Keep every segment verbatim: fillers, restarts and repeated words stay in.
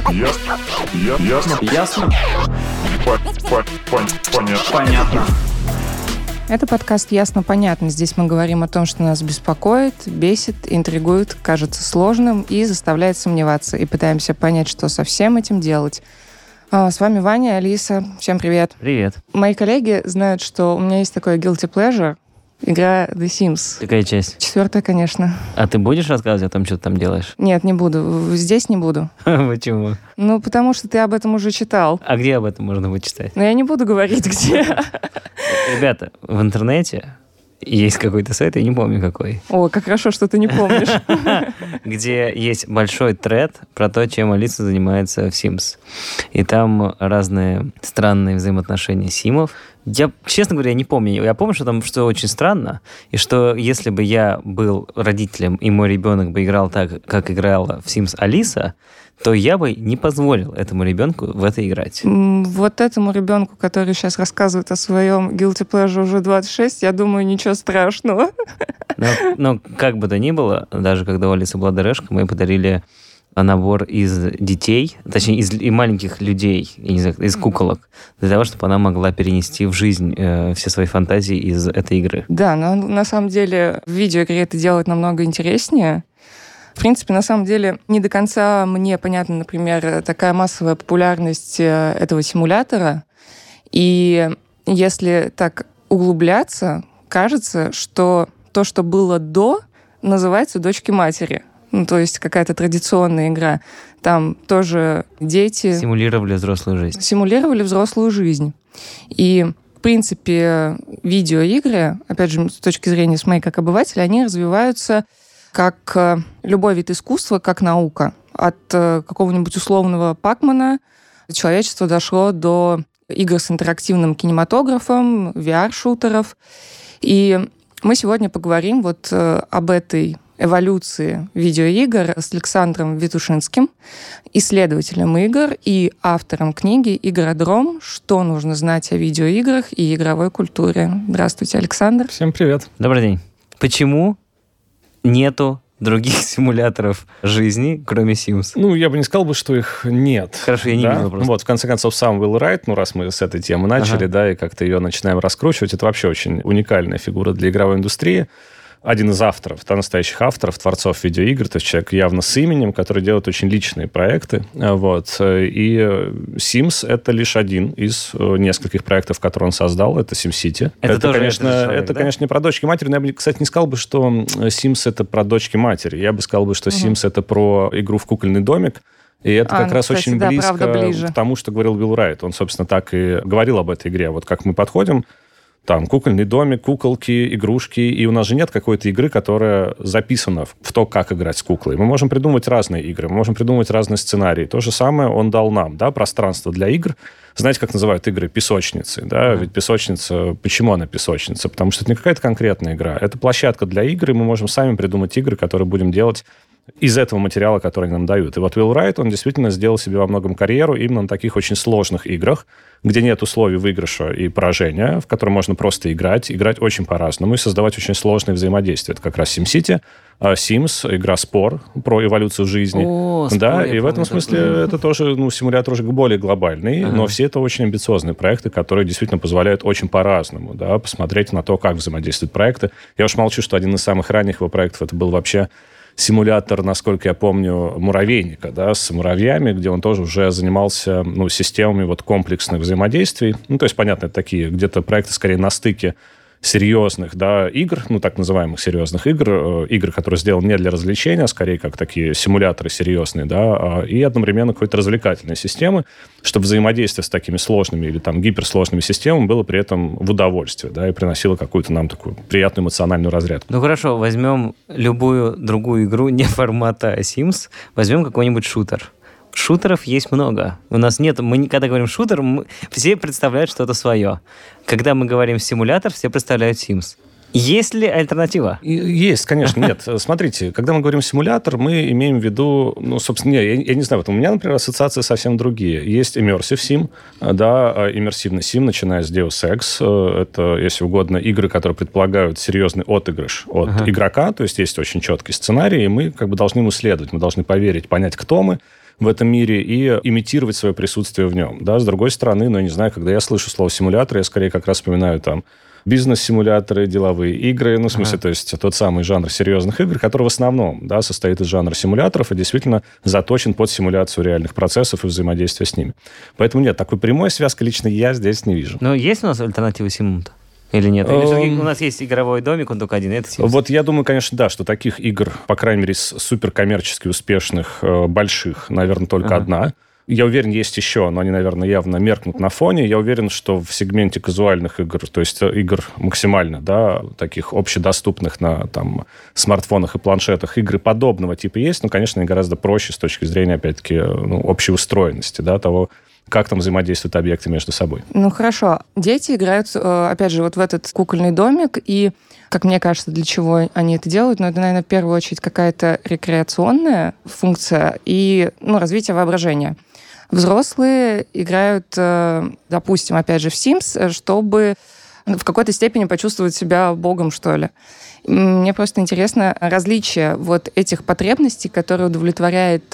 Ясно. Ясно. Ясно. Понятно. Понятно. Это подкаст «Ясно-понятно». Здесь мы говорим о том, что нас беспокоит, бесит, интригует, кажется сложным и заставляет сомневаться. И пытаемся понять, что со всем этим делать. С вами Ваня, Алиса. Всем привет. Привет. Мои коллеги знают, что у меня есть такой guilty pleasure. Игра The Sims. Какая часть? Четвертая, конечно. А ты будешь рассказывать о том, что ты там делаешь? Нет, не буду. Здесь не буду. Почему? Ну, потому что ты об этом уже читал. А где об этом можно вычитать? Но я не буду говорить, где. Ребята, в интернете есть какой-то сайт, я не помню какой. О, как хорошо, что ты не помнишь. Где есть большой тред про то, чем Алиса занимается в Sims. И там разные странные взаимоотношения симов. Я, честно говоря, не помню. Я помню, что там что очень странно, и что если бы я был родителем, и мой ребенок бы играл так, как играла в Sims Алиса, то я бы не позволил этому ребенку в это играть. Вот этому ребенку, который сейчас рассказывает о своем guilty pleasure уже двадцать шесть, я думаю, ничего страшного. Но, но как бы то ни было, даже когда у Алисы была ДРшка, мы подарили набор из детей, точнее, из и маленьких людей, я не знаю, из куколок, для того, чтобы она могла перенести в жизнь э, все свои фантазии из этой игры. Да, но на самом деле в видеоигре это делать намного интереснее. В принципе, на самом деле, не до конца мне понятна, например, такая массовая популярность этого симулятора. И если так углубляться, кажется, что то, что было до, называется «Дочки матери». Ну, то есть какая-то традиционная игра. Там тоже дети... Симулировали взрослую жизнь. Симулировали взрослую жизнь. И, в принципе, видеоигры, опять же, с точки зрения с моей как обывателя, они развиваются как любой вид искусства, как наука. От какого-нибудь условного Пакмана человечество дошло до игр с интерактивным кинематографом, ви ар-шутеров. И мы сегодня поговорим вот об этой эволюции видеоигр с Александром Витушинским, исследователем игр и автором книги «Игродром. Что нужно знать о видеоиграх и игровой культуре». Здравствуйте, Александр. Всем привет. Добрый день. Почему нету других симуляторов жизни, кроме Sims? Ну, я бы не сказал бы, что их нет. Хорошо, я не да? видел просто. Вот, в конце концов, сам Уилл Райт, ну, раз мы с этой темы начали, ага. да, и как-то ее начинаем раскручивать, это вообще очень уникальная фигура для игровой индустрии. Один из авторов, да, настоящих авторов, творцов видеоигр, то есть человек явно с именем, который делает очень личные проекты. Вот. И Sims — это лишь один из нескольких проектов, которые он создал. Это SimCity. Это, это тоже конечно, человек, это, да? конечно, не про дочки-матери, но я бы, кстати, не сказал бы, что Sims — это про дочки-матери. Я бы сказал бы, что угу. Sims — это про игру в кукольный домик. И это а, как ну, раз кстати, очень да, близко ближе. к тому, что говорил Уилл Райт. Он, собственно, так и говорил об этой игре. Вот как мы подходим, там, кукольный домик, куколки, игрушки. И у нас же нет какой-то игры, которая записана в то, как играть с куклой. Мы можем придумывать разные игры, мы можем придумывать разные сценарии. То же самое он дал нам, да, пространство для игр. Знаете, как называют игры? Песочницы, да? Mm-hmm. Ведь песочница... Почему она песочница? Потому что это не какая-то конкретная игра. Это площадка для игр, и мы можем сами придумать игры, которые будем делать из этого материала, который они нам дают. И вот Уилл Райт, он действительно сделал себе во многом карьеру именно на таких очень сложных играх, где нет условий выигрыша и поражения, в которые можно просто играть, играть очень по-разному и создавать очень сложные взаимодействия. Это как раз SimCity, Sims, игра «Спор» про эволюцию жизни. О, да, спор, и в этом смысле такой. Это тоже ну, симулятор уже более глобальный, ага. но все это очень амбициозные проекты, которые действительно позволяют очень по-разному да, посмотреть на то, как взаимодействуют проекты. Я уж молчу, что один из самых ранних его проектов это был вообще симулятор, насколько я помню, муравейника, да, с муравьями, где он тоже уже занимался ну, системами вот, комплексных взаимодействий. Ну, то есть, понятно, это такие где-то проекты скорее на стыке серьезных да, игр, ну, так называемых серьезных игр, э, игр, которые сделаны не для развлечения, а скорее как такие симуляторы серьезные, да, э, и одновременно какой-то развлекательной системы, чтобы взаимодействие с такими сложными или там гиперсложными системами было при этом в удовольствие, да, и приносило какую-то нам такую приятную эмоциональную разрядку. Ну, хорошо, возьмем любую другую игру, не формата Sims, возьмем какой-нибудь шутер. Шутеров есть много. У нас нет... Мы, когда говорим шутер, мы, все представляют что-то свое. Когда мы говорим симулятор, все представляют Sims. Есть ли альтернатива? Есть, конечно, нет. Смотрите, когда мы говорим симулятор, мы имеем в виду, ну, собственно, не, я, я не знаю, вот у меня, например, ассоциации совсем другие. Есть immersive sim, да, иммерсивный сим, начиная с Deus Ex. Это, если угодно, игры, которые предполагают серьезный отыгрыш от ага. игрока, то есть есть очень четкий сценарий, и мы как бы должны ему следовать, мы должны поверить, понять, кто мы, в этом мире и имитировать свое присутствие в нем. Да? С другой стороны, ну, я не знаю, когда я слышу слово «симулятор», я скорее как раз вспоминаю там бизнес-симуляторы, деловые игры, ну, в смысле, ага. то есть тот самый жанр серьезных игр, который в основном, да, состоит из жанра симуляторов и действительно заточен под симуляцию реальных процессов и взаимодействия с ними. Поэтому нет, такой прямой связки лично я здесь не вижу. Но есть у нас альтернатива Симу-то? Или нет? Или все-таки у нас есть игровой домик, он только один, это Sims? Вот я думаю, конечно, да, что таких игр, по крайней мере, суперкоммерчески успешных, больших, наверное, только ага. одна. Я уверен, есть еще, но они, наверное, явно меркнут на фоне. Я уверен, что в сегменте казуальных игр, то есть игр максимально, да, таких общедоступных на там, смартфонах и планшетах, игры подобного типа есть, но, конечно, они гораздо проще с точки зрения, опять-таки, ну, общей устроенности, да, того, как там взаимодействуют объекты между собой. Ну, хорошо. Дети играют, опять же, вот в этот кукольный домик, и, как мне кажется, для чего они это делают, ну, это, наверное, в первую очередь какая-то рекреационная функция и, ну, развитие воображения. Взрослые играют, допустим, опять же, в Sims, чтобы в какой-то степени почувствовать себя богом, что ли. Мне просто интересно различие вот этих потребностей, которые удовлетворяет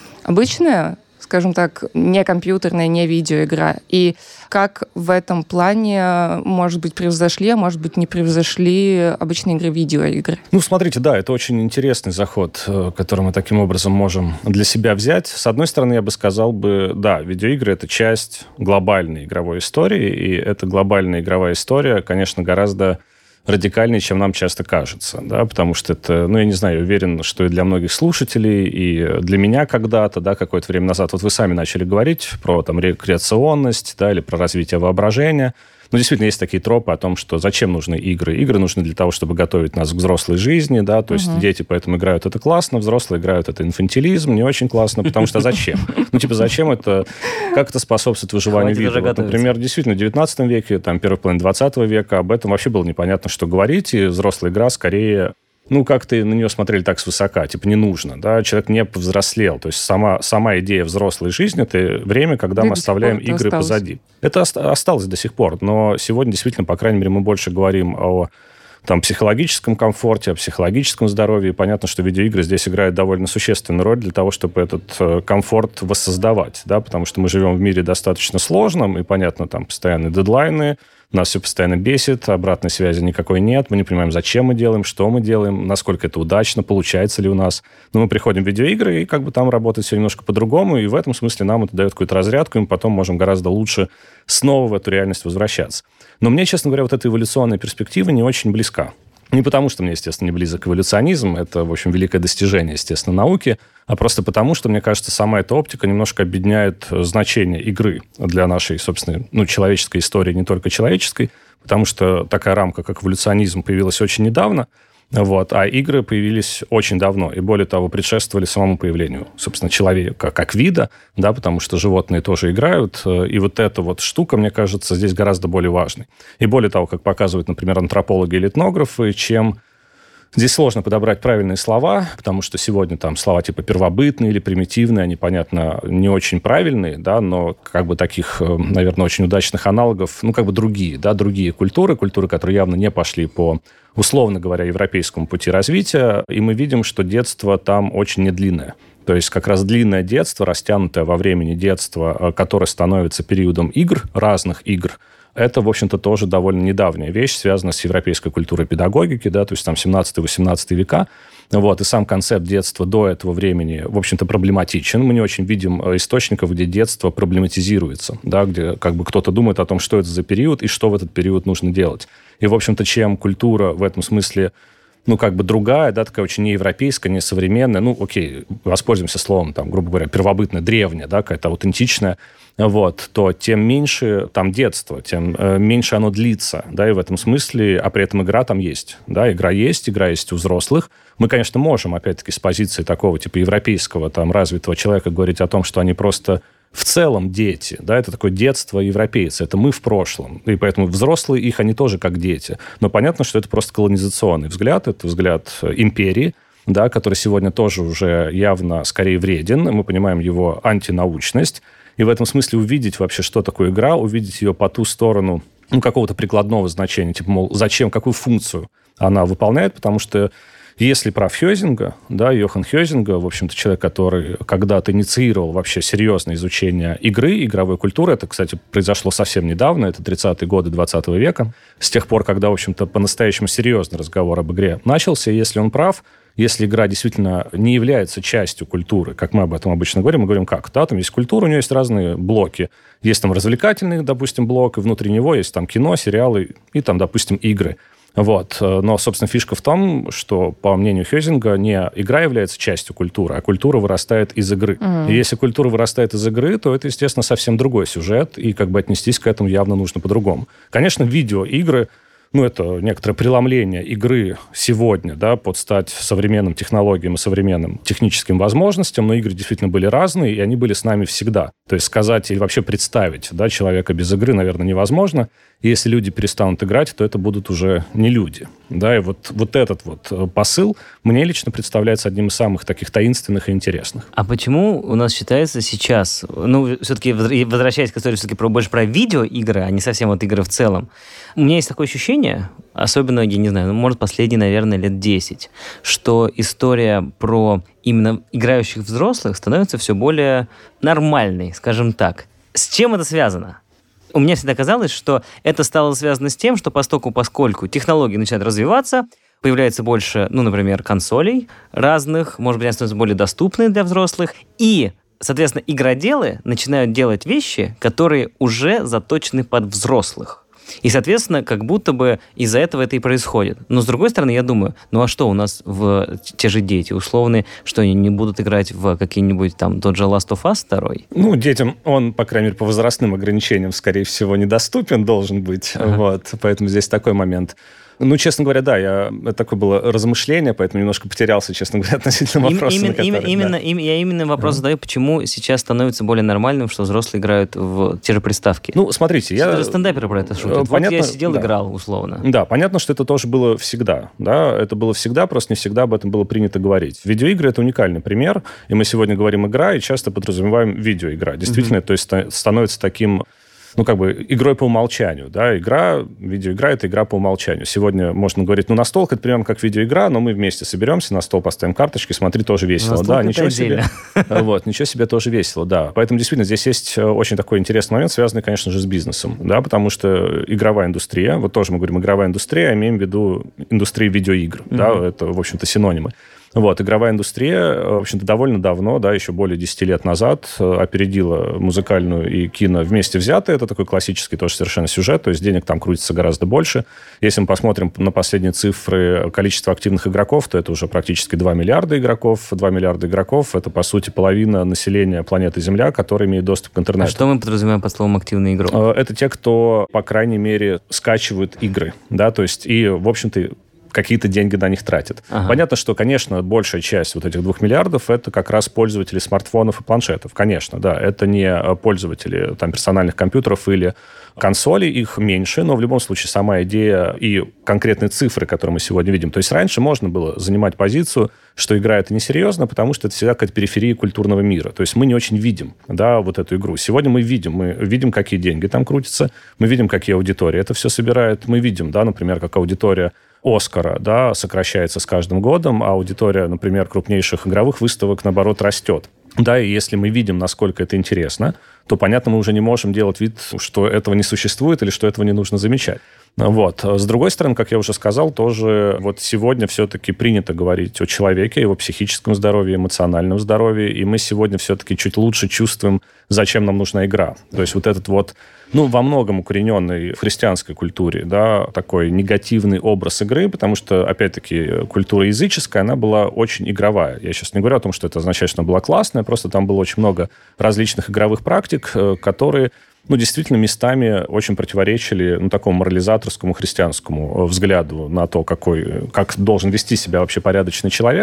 обычная, скажем так, не компьютерная, не видеоигра. И как в этом плане, может быть, превзошли, а может быть, не превзошли обычные игры, видеоигры? Ну, смотрите, да, это очень интересный заход, который мы таким образом можем для себя взять. С одной стороны, я бы сказал бы, да, видеоигры — это часть глобальной игровой истории, и эта глобальная игровая история, конечно, гораздо радикальнее, чем нам часто кажется, да, потому что это, ну, я не знаю, я уверен, что и для многих слушателей, и для меня когда-то, да, какое-то время назад, вот вы сами начали говорить про там рекреационность, да, или про развитие воображения. Ну, действительно, есть такие тропы о том, что зачем нужны игры. Игры нужны для того, чтобы готовить нас к взрослой жизни, да, то есть угу. дети поэтому играют, это классно, взрослые играют, это инфантилизм, не очень классно, потому что зачем? Ну, типа, зачем это, как это способствует выживанию вида? Вот, например, действительно, в девятнадцатом веке, там, первой половине двадцатого века об этом вообще было непонятно, что говорить, и взрослая игра скорее... Ну, как-то на нее смотрели так свысока, типа, не нужно, да, человек не повзрослел, то есть сама, сама идея взрослой жизни – это время, когда да, мы оставляем игры осталось. позади. Это осталось до сих пор, но сегодня действительно, по крайней мере, мы больше говорим о там, психологическом комфорте, о психологическом здоровье, и понятно, что видеоигры здесь играют довольно существенную роль для того, чтобы этот комфорт воссоздавать, да, потому что мы живем в мире достаточно сложном, и, понятно, там постоянные дедлайны, нас все постоянно бесит, обратной связи никакой нет, мы не понимаем, зачем мы делаем, что мы делаем, насколько это удачно, получается ли у нас. Но мы приходим в видеоигры, и как бы там работает все немножко по-другому, и в этом смысле нам это дает какую-то разрядку, и мы потом можем гораздо лучше снова в эту реальность возвращаться. Но мне, честно говоря, вот эта эволюционная перспектива не очень близка. Не потому, что мне, естественно, не близок эволюционизм, это, в общем, великое достижение, естественно, науки, а просто потому, что, мне кажется, сама эта оптика немножко объединяет значение игры для нашей, собственно, ну, человеческой истории, не только человеческой, потому что такая рамка, как эволюционизм, появилась очень недавно, вот, а игры появились очень давно, и более того, предшествовали самому появлению, собственно, человека как вида, да, потому что животные тоже играют, и вот эта вот штука, мне кажется, здесь гораздо более важной. И более того, как показывают, например, антропологи или этнографы, чем... Здесь сложно подобрать правильные слова, потому что сегодня там слова типа первобытные или примитивные, они, понятно, не очень правильные, да, но как бы таких, наверное, очень удачных аналогов, ну, как бы другие, да, другие культуры, культуры, которые явно не пошли по, условно говоря, европейскому пути развития, и мы видим, что детство там очень недлинное. То есть как раз длинное детство, растянутое во времени детство, которое становится периодом игр, разных игр, это, в общем-то, тоже довольно недавняя вещь, связанная с европейской культурой педагогики, да, то есть там семнадцатый-восемнадцатый века. Вот, и сам концепт детства до этого времени, в общем-то, проблематичен. Мы не очень видим источников, где детство проблематизируется, да, где как бы кто-то думает о том, что это за период и что в этот период нужно делать. И, в общем-то, чем культура в этом смысле, ну, как бы другая, да, такая очень неевропейская, не современная, ну, окей, воспользуемся словом, там, грубо говоря, первобытная, древняя, да, какая-то аутентичная, вот, то тем меньше там детство, тем э, меньше оно длится, да, и в этом смысле, а при этом игра там есть, да, игра есть, игра есть у взрослых. Мы, конечно, можем, опять-таки, с позиции такого, типа, европейского, там, развитого человека говорить о том, что они просто в целом дети, да, это такое детство европейца, это мы в прошлом, и поэтому взрослые их, они тоже как дети. Но понятно, что это просто колонизационный взгляд, это взгляд империи, да, который сегодня тоже уже явно скорее вреден, мы понимаем его антинаучность, и в этом смысле увидеть вообще, что такое игра, увидеть ее по ту сторону, ну, какого-то прикладного значения, типа, мол, зачем, какую функцию она выполняет, потому что Если про Хёзинга, да, Йохан Хёзинга, в общем-то, человек, который когда-то инициировал вообще серьезное изучение игры, игровой культуры, это, кстати, произошло совсем недавно, это тридцатые годы двадцатого века, с тех пор, когда, в общем-то, по-настоящему серьезный разговор об игре начался, если он прав, если игра действительно не является частью культуры, как мы об этом обычно говорим, мы говорим как? Да, там есть культура, у нее есть разные блоки. Есть там развлекательный, допустим, блок, и внутри него есть там кино, сериалы и там, допустим, игры. Вот. Но, собственно, фишка в том, что, по мнению Хёзинга, не игра является частью культуры, а культура вырастает из игры. Mm-hmm. И если культура вырастает из игры, то это, естественно, совсем другой сюжет, и как бы отнестись к этому явно нужно по-другому. Конечно, видеоигры, ну, это некоторое преломление игры сегодня, да, под стать современным технологиям и современным техническим возможностям, но игры действительно были разные, и они были с нами всегда. То есть сказать или вообще представить, да, человека без игры, наверное, невозможно. И если люди перестанут играть, то это будут уже не люди. Да, и вот, вот этот вот посыл мне лично представляется одним из самых таких таинственных и интересных. А почему у нас считается сейчас, ну, все-таки возвращаясь к истории все-таки про, больше про видеоигры, а не совсем вот игры в целом, у меня есть такое ощущение, особенно, я не знаю, ну, может, последние, наверное, лет десять, что история про именно играющих взрослых становится все более нормальной, скажем так. С чем это связано? У меня всегда казалось, что это стало связано с тем, что постоку, поскольку технологии начинают развиваться, появляется больше, ну, например, консолей разных, может быть, они становятся более доступны для взрослых, и, соответственно, игроделы начинают делать вещи, которые уже заточены под взрослых. И, соответственно, как будто бы из-за этого это и происходит. Но, с другой стороны, я думаю, ну а что у нас в те же дети условные, что они не будут играть в какие-нибудь там тот же Last of Us два? Ну, детям он, по крайней мере, по возрастным ограничениям, скорее всего, недоступен должен быть. Ага. Вот, поэтому здесь такой момент. Ну, честно говоря, да, я, это такое было размышление, поэтому немножко потерялся, честно говоря, относительно вопроса, именно, на который... Именно, да. им, я именно вопрос uh-huh. задаю, почему сейчас становится более нормальным, что взрослые играют в те же приставки. Ну, смотрите, я... Даже стендаперы про это шутят. Понятно, вот я сидел, да. играл, условно. Да, понятно, что это тоже было всегда, да, это было всегда, просто не всегда об этом было принято говорить. Видеоигры — это уникальный пример, и мы сегодня говорим «игра», и часто подразумеваем видеоигра. Действительно, uh-huh. то есть становится таким... ну, как бы, игрой по умолчанию, да, игра, видеоигра — это игра по умолчанию. Сегодня можно говорить, ну, настолка — это примерно как видеоигра, но мы вместе соберемся, на стол поставим карточки, смотри, тоже весело. Настолка — да, ничего себе. Вот, ничего себе, тоже весело, да. Поэтому, действительно, здесь есть очень такой интересный момент, связанный, конечно же, с бизнесом, да, потому что игровая индустрия, вот тоже мы говорим игровая индустрия, имеем в виду индустрию видеоигр, mm-hmm. да, это, в общем-то, синонимы. Вот, игровая индустрия, в общем-то, довольно давно, да, еще более десяти лет назад опередила музыкальную и кино вместе взятые. Это такой классический тоже совершенно сюжет, то есть денег там крутится гораздо больше. Если мы посмотрим на последние цифры количества активных игроков, то это уже практически два миллиарда игроков. два миллиарда игроков — это, по сути, половина населения планеты Земля, которая имеет доступ к интернету. А что мы подразумеваем под словом «активный игрок»? Это те, кто, по крайней мере, скачивают игры, да, то есть и, в общем-то, какие-то деньги на них тратят. Ага. Понятно, что, конечно, большая часть вот этих двух миллиардов — это как раз пользователи смартфонов и планшетов. Конечно, да. Это не пользователи там, персональных компьютеров или консолей, их меньше, но в любом случае сама идея и конкретные цифры, которые мы сегодня видим. То есть раньше можно было занимать позицию, что игра — это несерьезно, потому что это всегда какая-то периферия культурного мира. То есть мы не очень видим, да, вот эту игру. Сегодня мы видим, мы видим, какие деньги там крутятся, мы видим, какие аудитории это все собирает, мы видим, да, например, как аудитория Оскара, да, сокращается с каждым годом, а аудитория, например, крупнейших игровых выставок, наоборот, растет. Да, и если мы видим, насколько это интересно, то, понятно, мы уже не можем делать вид, что этого не существует или что этого не нужно замечать. Вот. С другой стороны, как я уже сказал, тоже вот сегодня все-таки принято говорить о человеке, его психическом здоровье, эмоциональном здоровье, и мы сегодня все-таки чуть лучше чувствуем, зачем нам нужна игра. То есть вот этот вот, ну, во многом укорененный в христианской культуре, да, такой негативный образ игры, потому что, опять-таки, культура языческая, она была очень игровая. Я сейчас не говорю о том, что это означает, что она была классная, просто там было очень много различных игровых практик, которые, ну, действительно, местами очень противоречили, ну, такому морализаторскому христианскому взгляду на то, какой, как должен вести себя вообще порядочный человек.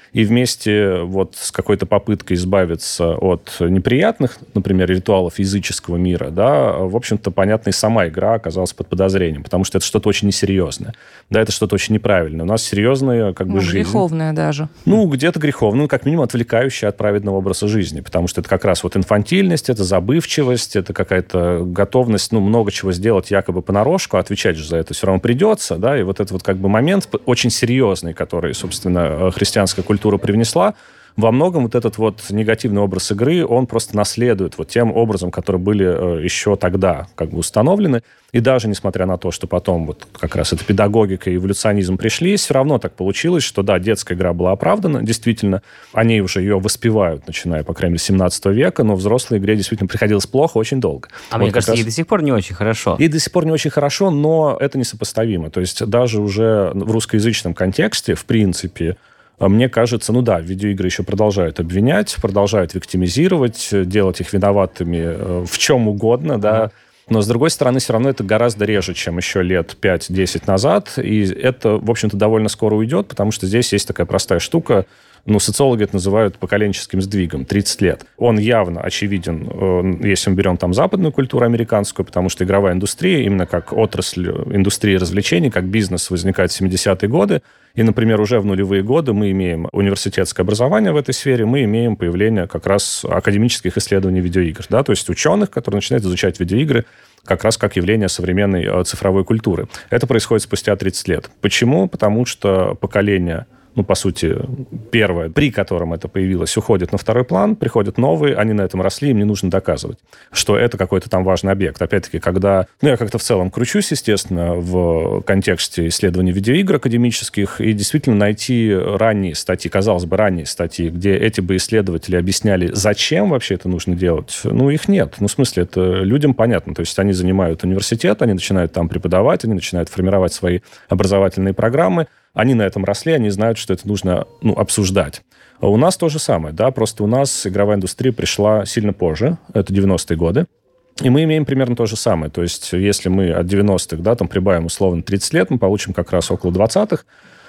И вместе вот с какой-то попыткой избавиться от неприятных, например, ритуалов языческого мира, да, в общем-то, понятно, и сама игра оказалась под подозрением, потому что это что-то очень несерьезное. Да, это что-то очень неправильное. У нас серьезная как бы ну, жизнь. Греховная даже. Ну, где-то греховная, ну, как минимум отвлекающая от праведного образа жизни, потому что это как раз вот инфантильность, это забывчивость, это какая-то готовность, ну, много чего сделать якобы понарошку, а отвечать же за это все равно придется, да, и вот этот вот как бы момент очень серьезный, который, собственно, христианская культура привнесла, во многом вот этот вот негативный образ игры, он просто наследует вот тем образом, которые были еще тогда как бы установлены. И даже несмотря на то, что потом вот как раз эта педагогика и эволюционизм пришли, все равно так получилось, что да, детская игра была оправдана, действительно, они уже ее воспевают, начиная, по крайней мере, с семнадцатого века, но взрослой игре действительно приходилось плохо очень долго. А вот мне кажется, раз... ей до сих пор не очень хорошо. И до сих пор не очень хорошо, но это несопоставимо. То есть даже уже в русскоязычном контексте, в принципе, мне кажется, ну да, видеоигры еще продолжают обвинять, продолжают виктимизировать, делать их виноватыми в чем угодно, да. Mm-hmm. Но, с другой стороны, все равно это гораздо реже, чем еще лет пять-десять назад. И это, в общем-то, довольно скоро уйдет, потому что здесь есть такая простая штука. Ну, социологи это называют поколенческим сдвигом, тридцать лет. Он явно очевиден, если мы берем там западную культуру американскую, потому что игровая индустрия, именно как отрасль индустрии развлечений, как бизнес возникает в семидесятые годы. И, например, уже в нулевые годы мы имеем университетское образование в этой сфере, мы имеем появление как раз академических исследований видеоигр. Да? То есть ученых, которые начинают изучать видеоигры как раз как явление современной цифровой культуры. Это происходит спустя тридцать лет. Почему? Потому что поколение... ну, по сути, первое, при котором это появилось, уходит на второй план, приходят новые, они на этом росли, им не нужно доказывать, что это какой-то там важный объект. Опять-таки, когда... Ну, я как-то в целом кручусь, естественно, в контексте исследований видеоигр академических, и действительно найти ранние статьи, казалось бы, ранние статьи, где эти бы исследователи объясняли, зачем вообще это нужно делать, ну, их нет. Ну, в смысле, это людям понятно. То есть они занимают университет, они начинают там преподавать, они начинают формировать свои образовательные программы, они на этом росли, они знают, что это нужно, ну, обсуждать. А у нас то же самое, да, просто у нас игровая индустрия пришла сильно позже, это девяностые годы, и мы имеем примерно то же самое. То есть если мы от девяностых, да, там прибавим условно тридцать лет, мы получим как раз около двадцатых.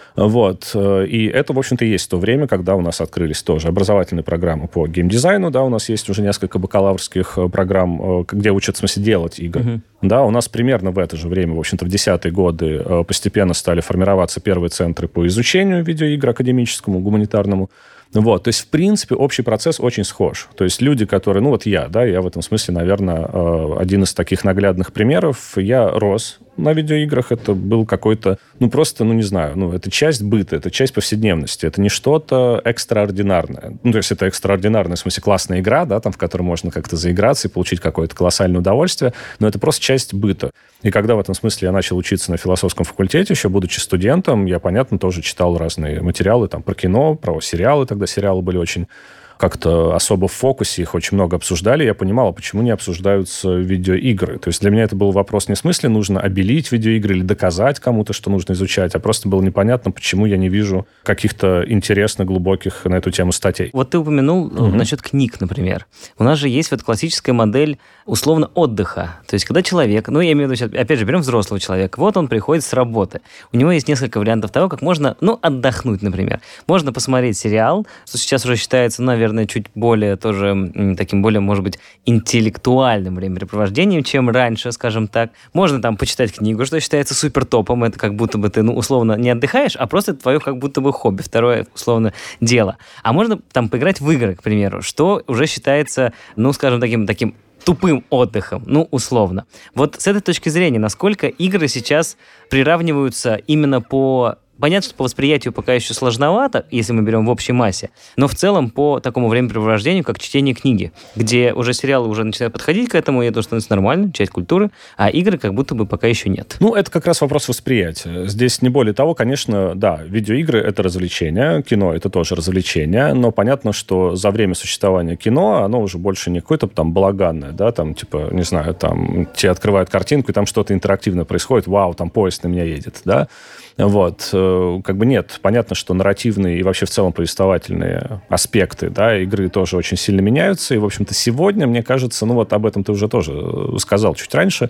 Вот. И это, в общем-то, и есть то время, когда у нас открылись тоже образовательные программы по геймдизайну, да, у нас есть уже несколько бакалаврских программ, где учат, в смысле, делать игры. Uh-huh. Да, у нас примерно в это же время, в общем-то, в десятые годы постепенно стали формироваться первые центры по изучению видеоигр академическому, гуманитарному. Вот, то есть, в принципе, общий процесс очень схож. То есть люди, которые... Ну, вот я, да, я в этом смысле, наверное, один из таких наглядных примеров. Я рос на видеоиграх. Это был какой-то... Ну, просто, ну, не знаю, ну, это часть быта, это часть повседневности. Это не что-то экстраординарное. Ну, то есть это экстраординарная, в смысле, классная игра, да, там, в которой можно как-то заиграться и получить какое-то колоссальное удовольствие. Но это просто часть быта. И когда в этом смысле я начал учиться на философском факультете, еще будучи студентом, я, понятно, тоже читал разные материалы там про кино, про сериалы. Тогда сериалы были очень как-то особо в фокусе, их очень много обсуждали. Я понимал, а почему не обсуждаются видеоигры. То есть для меня это был вопрос не в смысле нужно обелить видеоигры или доказать кому-то, что нужно изучать, а просто было непонятно, почему я не вижу каких-то интересных, глубоких на эту тему статей. Вот ты упомянул угу. насчет книг, например. У нас же есть вот классическая модель условно отдыха. То есть когда человек, ну я имею в виду, опять же, берем взрослого человека, вот он приходит с работы. У него есть несколько вариантов того, как можно, ну, отдохнуть, например. Можно посмотреть сериал, что сейчас уже считается, наверное, чуть более тоже таким более, может быть, интеллектуальным времяпрепровождением, чем раньше, скажем так. Можно там почитать книгу, что считается супер топом. Это как будто бы ты, ну, условно, не отдыхаешь, а просто это твое как будто бы хобби, второе, условно, дело. А можно там поиграть в игры, к примеру, что уже считается, ну, скажем, таким, таким тупым отдыхом, ну, условно. Вот с этой точки зрения, насколько игры сейчас приравниваются именно по... Понятно, что по восприятию пока еще сложновато, если мы берем в общей массе, но в целом по такому времяпрепровождению, как чтение книги, где уже сериалы уже начинают подходить к этому, и это становится нормально, часть культуры, а игры как будто бы пока еще нет. Ну, это как раз вопрос восприятия. Здесь не более того, конечно, да, видеоигры — это развлечение, кино — это тоже развлечение, но понятно, что за время существования кино оно уже больше не какое-то там балаганное, да, там, типа, не знаю, там, тебе открывают картинку, и там что-то интерактивное происходит, вау, там поезд на меня едет, да. Вот, как бы нет. Понятно, что нарративные и вообще в целом повествовательные аспекты, да, игры тоже очень сильно меняются. И, в общем-то, сегодня, мне кажется, ну вот об этом ты уже тоже сказал чуть раньше,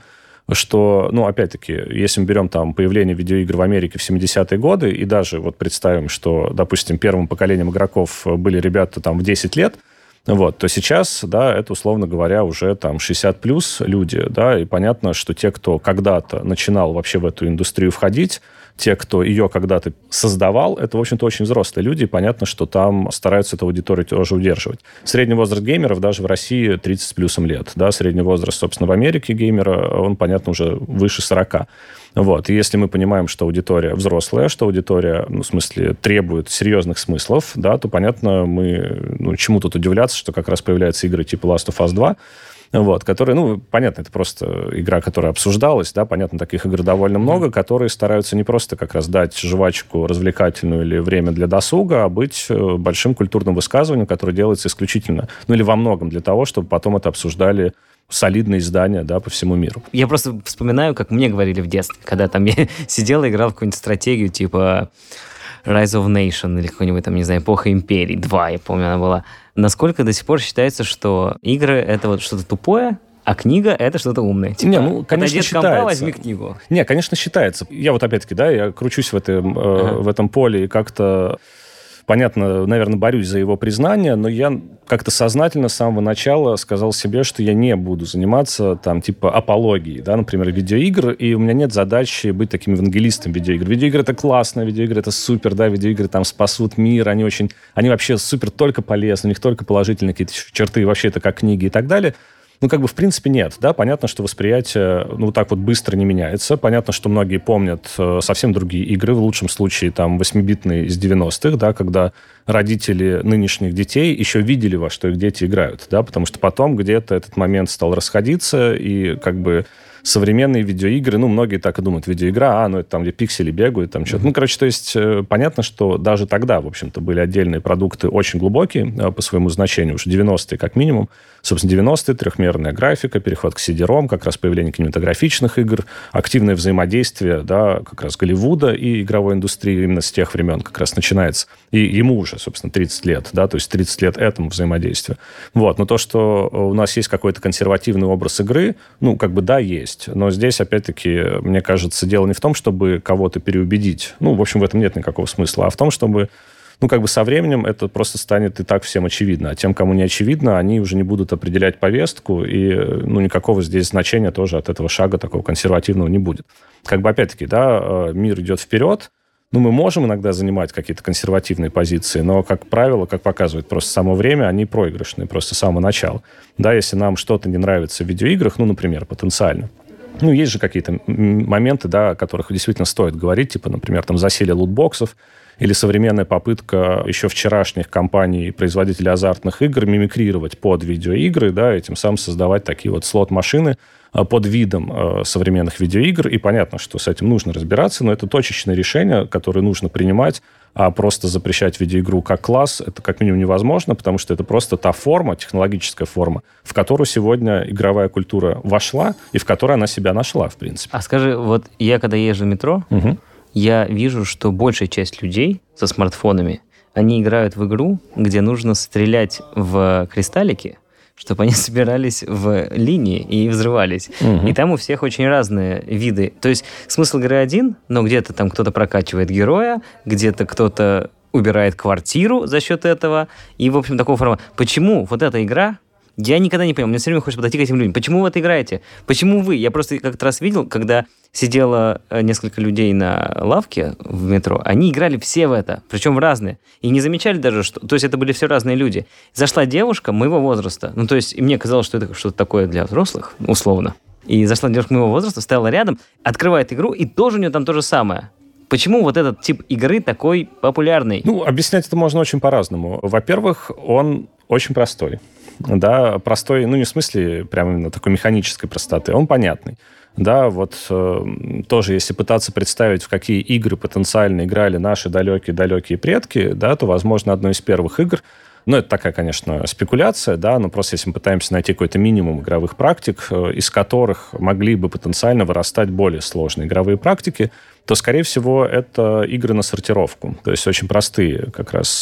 что, ну, опять-таки, если мы берем там появление видеоигр в Америке в семидесятые годы, и даже вот представим, что, допустим, первым поколением игроков были ребята там в десять лет, вот, то сейчас, да, это, условно говоря, уже там шестьдесят плюс люди, да, и понятно, что те, кто когда-то начинал вообще в эту индустрию входить, те, кто ее когда-то создавал, это, в общем-то, очень взрослые люди, и понятно, что там стараются эту аудиторию тоже удерживать. Средний возраст геймеров даже в России тридцать с плюсом лет, да, средний возраст, собственно, в Америке геймера, он, понятно, уже выше сорока. Вот. И если мы понимаем, что аудитория взрослая, что аудитория, ну, в смысле, требует серьезных смыслов, да, то, понятно, мы, ну, чему тут удивляться, что как раз появляются игры типа Last of Us два, вот, которые, ну, понятно, это просто игра, которая обсуждалась, да, понятно, таких игр довольно много, которые стараются не просто как раз дать жвачку развлекательную или время для досуга, а быть большим культурным высказыванием, которое делается исключительно, ну, или во многом для того, чтобы потом это обсуждали солидные издания, да, по всему миру. Я просто вспоминаю, как мне говорили в детстве, когда там я сидел и играл в какую-нибудь стратегию типа Rise of Nation или какой-нибудь там, не знаю, Эпоха Империй два, я помню, она была. Насколько до сих пор считается, что игры — это вот что-то тупое, а книга — это что-то умное. Типа, не, ну, конечно, считается. Компа, возьми книгу. Не, конечно, считается. Я вот опять-таки, да, я кручусь в этом, э, ага. в этом поле и как-то, понятно, наверное, борюсь за его признание, но я как-то сознательно с самого начала сказал себе, что я не буду заниматься там типа апологией, да, например, видеоигр, и у меня нет задачи быть таким евангелистом видеоигр. Видеоигры — это классно, видеоигры — это супер, да, видеоигры там спасут мир, они очень, они вообще супер только полезны, у них только положительные какие-то черты, вообще это как книги и так далее. Ну, как бы, в принципе, нет, да, понятно, что восприятие, ну, вот так вот быстро не меняется, понятно, что многие помнят э, совсем другие игры, в лучшем случае, там, восьмибитные из девяностых, да, когда родители нынешних детей еще видели, во что их дети играют, да, потому что потом где-то этот момент стал расходиться, и, как бы, современные видеоигры, ну, многие так и думают, видеоигра, а, ну, это там, где пиксели бегают, там что-то. Mm-hmm. Ну, короче, то есть, э, понятно, что даже тогда, в общем-то, были отдельные продукты очень глубокие э, по своему значению, уже девяностые как минимум. Собственно, девяностые, трехмерная графика, переход к си ди-ром, как раз появление кинематографичных игр, активное взаимодействие, да, как раз Голливуда и игровой индустрии именно с тех времен как раз начинается. И ему уже, собственно, тридцать лет, да, то есть тридцать лет этому взаимодействию. Вот, но то, что у нас есть какой-то консервативный образ игры, ну, как бы, да, есть. Но здесь, опять-таки, мне кажется, дело не в том, чтобы кого-то переубедить. Ну, в общем, в этом нет никакого смысла, а в том, чтобы, ну, как бы со временем это просто станет и так всем очевидно. А тем, кому не очевидно, они уже не будут определять повестку, и, ну, никакого здесь значения тоже от этого шага такого консервативного не будет. Как бы, опять-таки, да, мир идет вперед. Ну, мы можем иногда занимать какие-то консервативные позиции, но, как правило, как показывает просто само время, они проигрышные просто с самого начала. Да, если нам что-то не нравится в видеоиграх, ну, например, потенциально, ну, есть же какие-то моменты, да, о которых действительно стоит говорить, типа, например, там, засилие лутбоксов, или современная попытка еще вчерашних компаний, производителей азартных игр, мимикрировать под видеоигры, да, и тем самым создавать такие вот слот-машины под видом э, современных видеоигр. И понятно, что с этим нужно разбираться, но это точечное решение, которое нужно принимать, а просто запрещать видеоигру как класс, это как минимум невозможно, потому что это просто та форма, технологическая форма, в которую сегодня игровая культура вошла и в которой она себя нашла, в принципе. А скажи, вот я когда езжу в метро, угу. я вижу, что большая часть людей со смартфонами, они играют в игру, где нужно стрелять в кристаллики, чтобы они собирались в линии и взрывались. Угу. И там у всех очень разные виды. То есть смысл игры один, но где-то там кто-то прокачивает героя, где-то кто-то убирает квартиру за счет этого. И, в общем, такого формата. Почему вот эта игра... Я никогда не понял, мне все время хочется подойти к этим людям. Почему вы это играете? Почему вы? Я просто как-то раз видел, когда сидело несколько людей на лавке в метро, они играли все в это, причем в разные. И не замечали даже, что... То есть это были все разные люди. Зашла девушка моего возраста, ну то есть и мне казалось, что это что-то такое для взрослых, условно. И зашла девушка моего возраста, стояла рядом, открывает игру, и тоже у нее там то же самое. Почему вот этот тип игры такой популярный? Ну, объяснять это можно очень по-разному. Во-первых, он очень простой. Да, простой, ну, не в смысле прям именно такой механической простоты, он понятный. Да, вот э, тоже, если пытаться представить, в какие игры потенциально играли наши далекие-далекие предки, да, то, возможно, одной из первых игр, ну, это такая, конечно, спекуляция, да, но просто если мы пытаемся найти какой-то минимум игровых практик, э, из которых могли бы потенциально вырастать более сложные игровые практики, то, скорее всего, это игры на сортировку. То есть очень простые как раз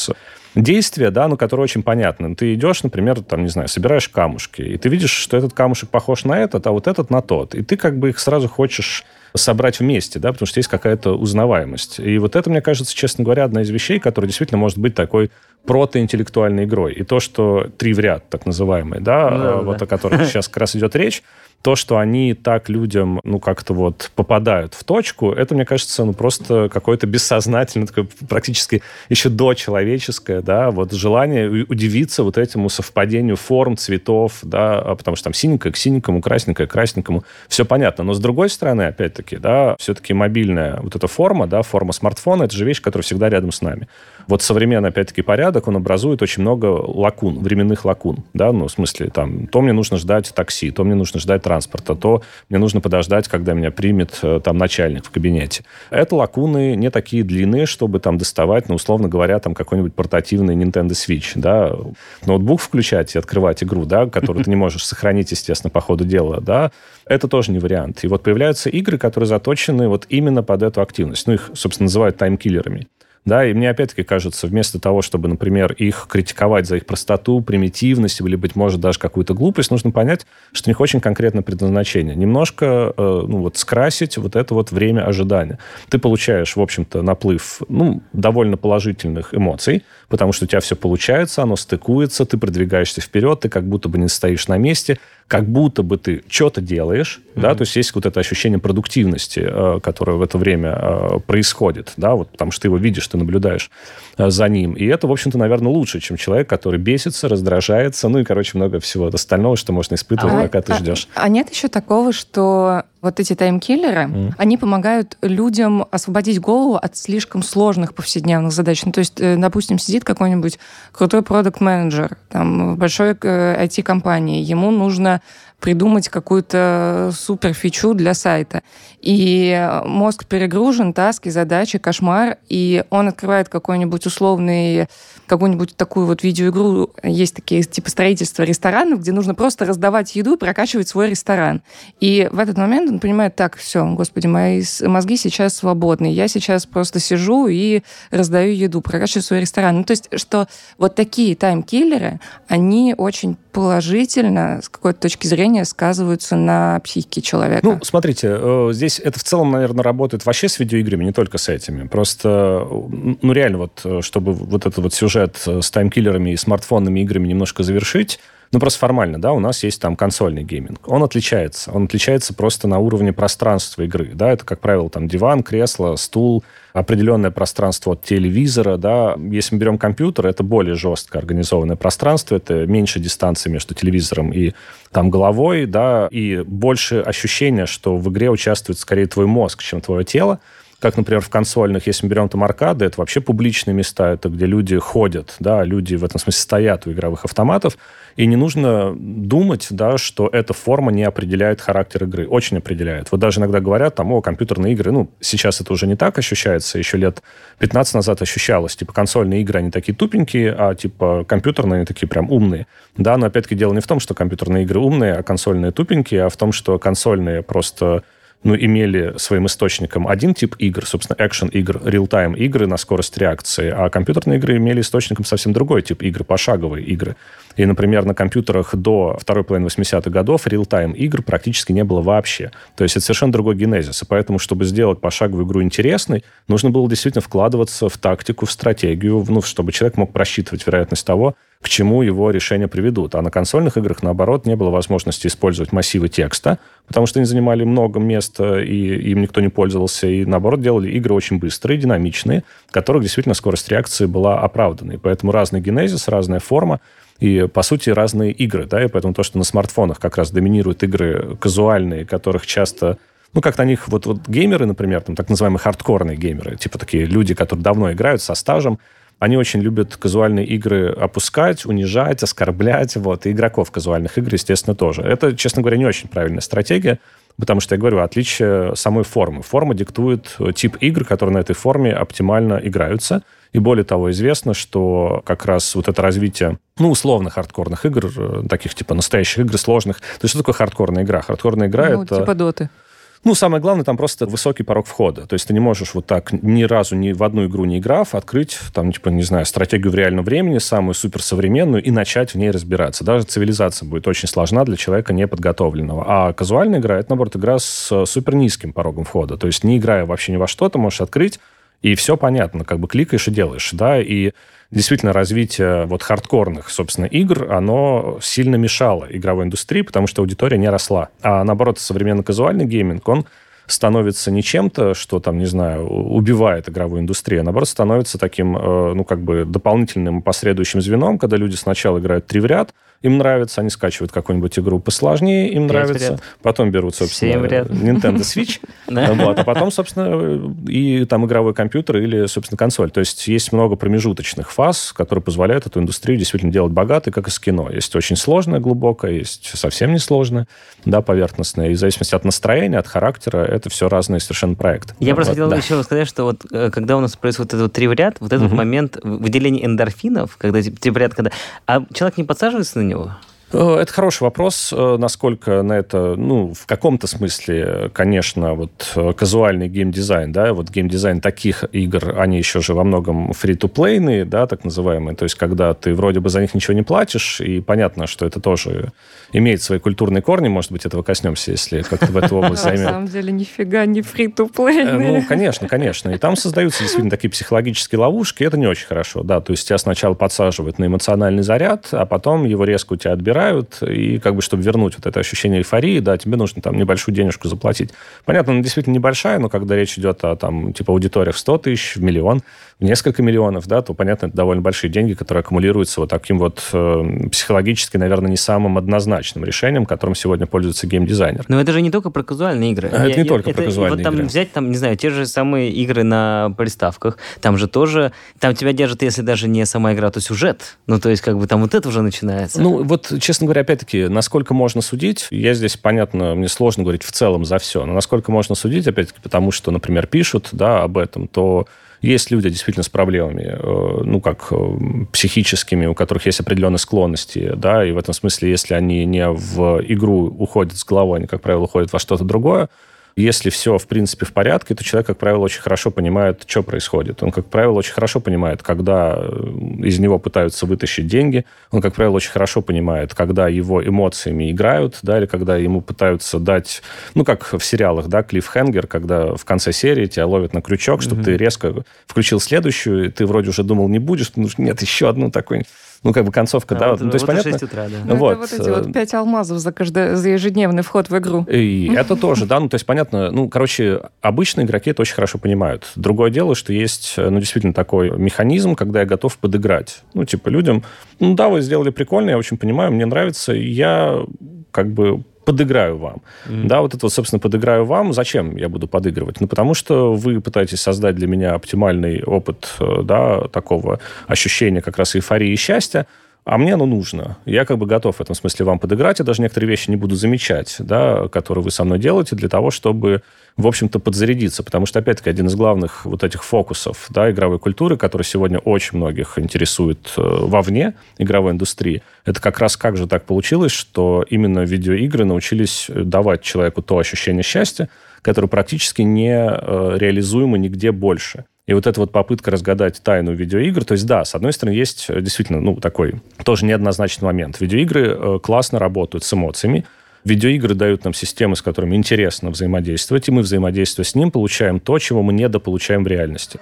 действие, да, ну, которое очень понятно. Ты идешь, например, там, не знаю, собираешь камушки, и ты видишь, что этот камушек похож на этот, а вот этот на тот. И ты как бы их сразу хочешь собрать вместе, да, потому что есть какая-то узнаваемость. И вот это, мне кажется, честно говоря, одна из вещей, которая действительно может быть такой протоинтеллектуальной игрой. И то, что три в ряд, так называемые, да, да вот да. о которых сейчас как раз идет речь, то, что они так людям, ну, как-то вот попадают в точку, это, мне кажется, ну, просто какое-то бессознательное, такое практически еще дочеловеческое, да, вот желание удивиться вот этому совпадению форм, цветов, да, потому что там синенькое к синенькому, красненькое к красненькому, все понятно. Но, с другой стороны, опять-таки, да, все-таки мобильная вот эта форма, да, форма смартфона, это же вещь, которая всегда рядом с нами. Вот современный, опять-таки, порядок, он образует очень много лакун, временных лакун, да, ну, в смысле, там, то мне нужно ждать такси, то мне нужно ждать транспорта, то мне нужно подождать, когда меня примет там начальник в кабинете. Это лакуны не такие длинные, чтобы там доставать, ну, условно говоря, там какой-нибудь портативный Nintendo Switch, да, ноутбук включать и открывать игру, да, которую ты не можешь сохранить, естественно, по ходу дела, да, это тоже не вариант. И вот появляются игры, которые заточены вот именно под эту активность. Ну, их, собственно, называют таймкиллерами. Да, и мне опять-таки кажется, вместо того, чтобы, например, их критиковать за их простоту, примитивность или, быть может, даже какую-то глупость, нужно понять, что у них очень конкретное предназначение. Немножко э, ну, вот, скрасить вот это вот время ожидания. Ты получаешь, в общем-то, наплыв ну, довольно положительных эмоций, потому что у тебя все получается, оно стыкуется, ты продвигаешься вперед, ты как будто бы не стоишь на месте, как будто бы ты что-то делаешь, mm-hmm. да, то есть есть вот это ощущение продуктивности, э, которое в это время э, происходит, да, вот, потому что ты его видишь, ты наблюдаешь э, за ним. И это, в общем-то, наверное, лучше, чем человек, который бесится, раздражается, ну и, короче, много всего остального, что можно испытывать, а, пока а, ты ждешь. А, а нет еще такого, что вот эти таймкиллеры, mm. они помогают людям освободить голову от слишком сложных повседневных задач. Ну, то есть, допустим, сидит какой-нибудь крутой продакт-менеджер там, в большой ай ти-компании, ему нужно придумать какую-то суперфичу для сайта. И мозг перегружен, таски, задачи, кошмар, и он открывает какой-нибудь условный, какую-нибудь такую вот видеоигру. Есть такие типа строительства ресторанов, где нужно просто раздавать еду и прокачивать свой ресторан. И в этот момент он понимает, так, все, господи, мои мозги сейчас свободны, я сейчас просто сижу и раздаю еду, прокачиваю свой ресторан. Ну, то есть, что вот такие таймкиллеры, они очень положительно, с какой-то точки зрения, сказываются на психике человека. Ну, смотрите, здесь это в целом, наверное, работает вообще с видеоиграми, не только с этими. Просто, ну, реально, вот, чтобы вот этот вот сюжет с таймкиллерами и смартфонными играми немножко завершить, ну, просто формально, да, у нас есть там консольный гейминг. Он отличается. Он отличается просто на уровне пространства игры, да, это, как правило, там диван, кресло, стул, определенное пространство от телевизора, да. Если мы берем компьютер, это более жестко организованное пространство, это меньше дистанции между телевизором и там головой, да, и больше ощущения, что в игре участвует скорее твой мозг, чем твое тело. Как, например, в консольных, если мы берем там аркады, это вообще публичные места, это где люди ходят, да, люди в этом смысле стоят у игровых автоматов, и не нужно думать, да, что эта форма не определяет характер игры. Очень определяет. Вот даже иногда говорят, там, о, компьютерные игры, ну, сейчас это уже не так ощущается, еще лет пятнадцать назад ощущалось, типа, консольные игры, они такие тупенькие, а, типа, компьютерные, они такие прям умные. Да, но, опять-таки, дело не в том, что компьютерные игры умные, а консольные тупенькие, а в том, что консольные просто... ну, имели своим источником один тип игр, собственно, экшен-игр, реал-тайм игры на скорость реакции, а компьютерные игры имели источником совсем другой тип игр, пошаговые игры. И, например, на компьютерах до второй половины восьмидесятых годов реал-тайм игр практически не было вообще. То есть это совершенно другой генезис. И поэтому, чтобы сделать пошаговую игру интересной, нужно было действительно вкладываться в тактику, в стратегию, ну, чтобы человек мог просчитывать вероятность того, к чему его решения приведут. А на консольных играх, наоборот, не было возможности использовать массивы текста, потому что они занимали много места, и им никто не пользовался. И, наоборот, делали игры очень быстрые, динамичные, в которых действительно скорость реакции была оправданной. Поэтому разный генезис, разная форма, и, по сути, разные игры. Да? И поэтому то, что на смартфонах как раз доминируют игры казуальные, которых часто... Ну, как на них вот, вот геймеры, например, там, так называемые хардкорные геймеры, типа такие люди, которые давно играют, со стажем, они очень любят казуальные игры опускать, унижать, оскорблять, вот, и игроков казуальных игр, естественно, тоже. Это, честно говоря, не очень правильная стратегия, потому что, я говорю, отличие самой формы. Форма диктует тип игр, которые на этой форме оптимально играются, и более того, известно, что как раз вот это развитие, ну, условно хардкорных игр, таких типа настоящих игр, сложных. То есть что такое хардкорная игра? Хардкорная игра ну, это... типа доты. Ну, самое главное, там просто высокий порог входа. То есть ты не можешь вот так ни разу ни в одну игру не играв, открыть, там, типа, не знаю, стратегию в реальном времени, самую суперсовременную, и начать в ней разбираться. Даже цивилизация будет очень сложна для человека неподготовленного. А казуальная игра — это, наоборот, игра с супер низким порогом входа. То есть не играя вообще ни во что, ты можешь открыть, и все понятно, как бы кликаешь и делаешь, да, и действительно развитие вот хардкорных, собственно, игр, оно сильно мешало игровой индустрии, потому что аудитория не росла. А наоборот, современный казуальный гейминг, он становится не чем-то, что там, не знаю, убивает игровую индустрию, а наоборот, становится таким, ну, как бы дополнительным последующим звеном, когда люди сначала играют три в ряд, им нравится, они скачивают какую-нибудь игру посложнее, им нравится, потом берут, собственно, Nintendo Switch, вот, а потом, собственно, и там игровой компьютер или, собственно, консоль. То есть есть много промежуточных фаз, которые позволяют эту индустрию действительно делать богатой, как из кино. Есть очень сложное, глубокое, есть совсем несложное, да, поверхностное. И в зависимости от настроения, от характера, это все разные совершенно проекты. Я вот, просто хотел да. еще сказать, что вот когда у нас происходит этот вот три в ряд, вот этот uh-huh. момент выделения эндорфинов, когда три в ряд, когда... А человек не подсаживается на него? Это хороший вопрос, насколько на это, ну, в каком-то смысле, конечно, вот казуальный геймдизайн, да, вот геймдизайн таких игр, они еще же во многом фри-ту-плейные, да, так называемые, то есть когда ты вроде бы за них ничего не платишь, и понятно, что это тоже имеет свои культурные корни, может быть, этого коснемся, если как-то в эту область займем. На самом деле, нифига не фри-ту-плейные. Ну, конечно, конечно, и там создаются действительно такие психологические ловушки, это не очень хорошо, да, то есть тебя сначала подсаживают на эмоциональный заряд, а потом его резко у тебя отбирают, и как бы, чтобы вернуть вот это ощущение эйфории, да, тебе нужно там небольшую денежку заплатить. Понятно, она действительно небольшая, но когда речь идет о там типа аудиториях в сто тысяч, в миллион, в несколько миллионов, да, то, понятно, это довольно большие деньги, которые аккумулируются вот таким вот э, психологически, наверное, не самым однозначным решением, которым сегодня пользуется геймдизайнер. Но это же не только про казуальные игры. Это я, не я, только это, про казуальные вот там игры. Взять, там, не знаю, те же самые игры на приставках, там же тоже, там тебя держит, если даже не сама игра, то сюжет. Ну, то есть, как бы там вот это уже начинается. Ну, вот, честно говоря, опять-таки, насколько можно судить, я здесь, понятно, мне сложно говорить в целом за все, но насколько можно судить, опять-таки, потому что, например, пишут, да, об этом, то есть люди действительно с проблемами, э, ну, как э, психическими, у которых есть определенные склонности, да, и в этом смысле, если они не в игру уходят с головой, они, как правило, уходят во что-то другое. Если все, в принципе, в порядке, то человек, как правило, очень хорошо понимает, что происходит. Он, как правило, очень хорошо понимает, когда из него пытаются вытащить деньги. Он, как правило, очень хорошо понимает, когда его эмоциями играют, да, или когда ему пытаются дать, ну, как в сериалах, да, клиффхенгер, когда в конце серии тебя ловят на крючок, чтобы mm-hmm. ты резко включил следующую, и ты вроде уже думал, не будешь, потому что нет, еще одну такой... Ну, как бы концовка, а да. Вот, ну, то есть, вот понятно? шесть утра, да. Ну, вот. Это вот эти вот пять алмазов за, каждый, за ежедневный вход в игру. И это тоже, да. Ну, то есть, понятно, ну, короче, обычные игроки это очень хорошо понимают. Другое дело, что есть, ну, действительно такой механизм, когда я готов подыграть. Ну, типа, людям, ну, да, вы сделали прикольно, я очень понимаю, мне нравится, я как бы... подыграю вам. Mm-hmm. Да, вот это вот, собственно, подыграю вам. Зачем я буду подыгрывать? Ну, потому что вы пытаетесь создать для меня оптимальный опыт, да, такого ощущения как раз эйфории и счастья, а мне оно нужно. Я как бы готов в этом смысле вам подыграть, я даже некоторые вещи не буду замечать, да, которые вы со мной делаете, для того, чтобы, в общем-то, подзарядиться. Потому что, опять-таки, один из главных вот этих фокусов, да, игровой культуры, который сегодня очень многих интересует э, вовне игровой индустрии, это как раз как же так получилось, что именно видеоигры научились давать человеку то ощущение счастья, которое практически не э, реализуемо нигде больше. И вот эта вот попытка разгадать тайну видеоигр, то есть, да, с одной стороны, есть действительно, ну, такой тоже неоднозначный момент. Видеоигры э, классно работают с эмоциями. Видеоигры дают нам системы, с которыми интересно взаимодействовать, и мы, взаимодействуя с ним, получаем то, чего мы недополучаем в реальности.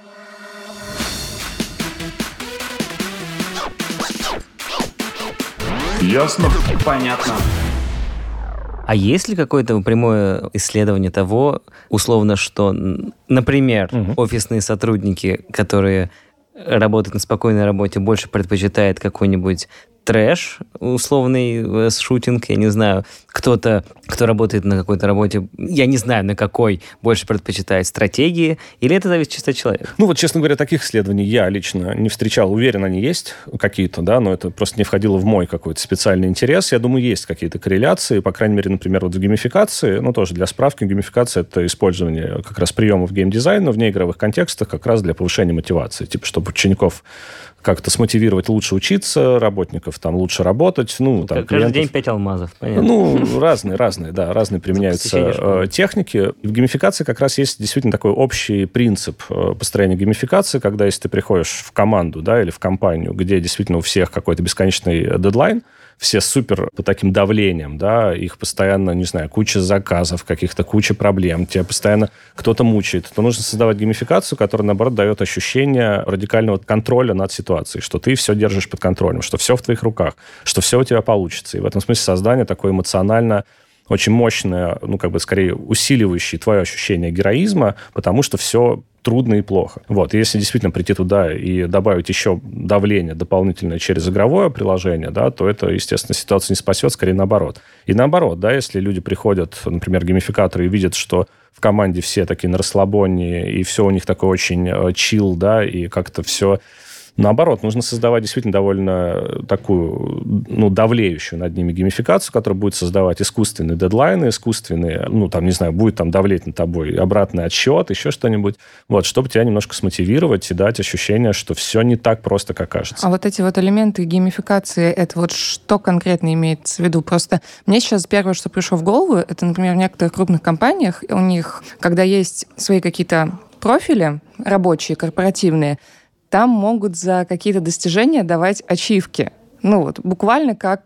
Ясно? Понятно. А есть ли какое-то прямое исследование того, условно, что, например, угу. офисные сотрудники, которые работают на спокойной работе, больше предпочитают какой-нибудь трэш, условный шутинг, я не знаю, кто-то, кто работает на какой-то работе, я не знаю, на какой, больше предпочитает стратегии, или это зависит чисто от человека? Ну вот, честно говоря, таких исследований я лично не встречал. Уверен, они есть какие-то, да, но это просто не входило в мой какой-то специальный интерес. Я думаю, есть какие-то корреляции, по крайней мере, например, вот в геймификации, ну тоже для справки, геймификация — это использование как раз приемов геймдизайна в неигровых контекстах как раз для повышения мотивации, типа, чтобы учеников как-то смотивировать лучше учиться, работников клиентов там лучше работать. Ну, там, Каждый клиентов... день пять алмазов, понятно. Ну, разные, разные, да, разные применяются техники. В геймификации как раз есть действительно такой общий принцип построения геймификации, когда если ты приходишь в команду, да, или в компанию, где действительно у всех какой-то бесконечный дедлайн, все супер по таким давлением, да, их постоянно, не знаю, куча заказов, каких-то куча проблем, тебя постоянно кто-то мучает, то нужно создавать геймификацию, которая, наоборот, дает ощущение радикального контроля над ситуацией, что ты все держишь под контролем, что все в твоих руках, что все у тебя получится. И в этом смысле создание такое эмоционально очень мощное, ну, как бы, скорее, усиливающее твое ощущение героизма, потому что все трудно и плохо. Вот. И если действительно прийти туда и добавить еще давление дополнительное через игровое приложение, да, то это, естественно, ситуацию не спасет, скорее наоборот. И наоборот, да, если люди приходят, например, геймификаторы, и видят, что в команде все такие на расслабоне, и все у них такое очень чил, да, и как-то все... Наоборот, нужно создавать действительно довольно такую, ну, давлеющую над ними геймификацию, которая будет создавать искусственные дедлайны, искусственные, ну, там, не знаю, будет там давлеть над тобой обратный отсчет, еще что-нибудь, вот, чтобы тебя немножко смотивировать и дать ощущение, что все не так просто, как кажется. А вот эти вот элементы геймификации, это вот что конкретно имеется в виду? Просто мне сейчас первое, что пришло в голову, это, например, в некоторых крупных компаниях, у них, когда есть свои какие-то профили рабочие, корпоративные, там могут за какие-то достижения давать ачивки. Ну вот, буквально как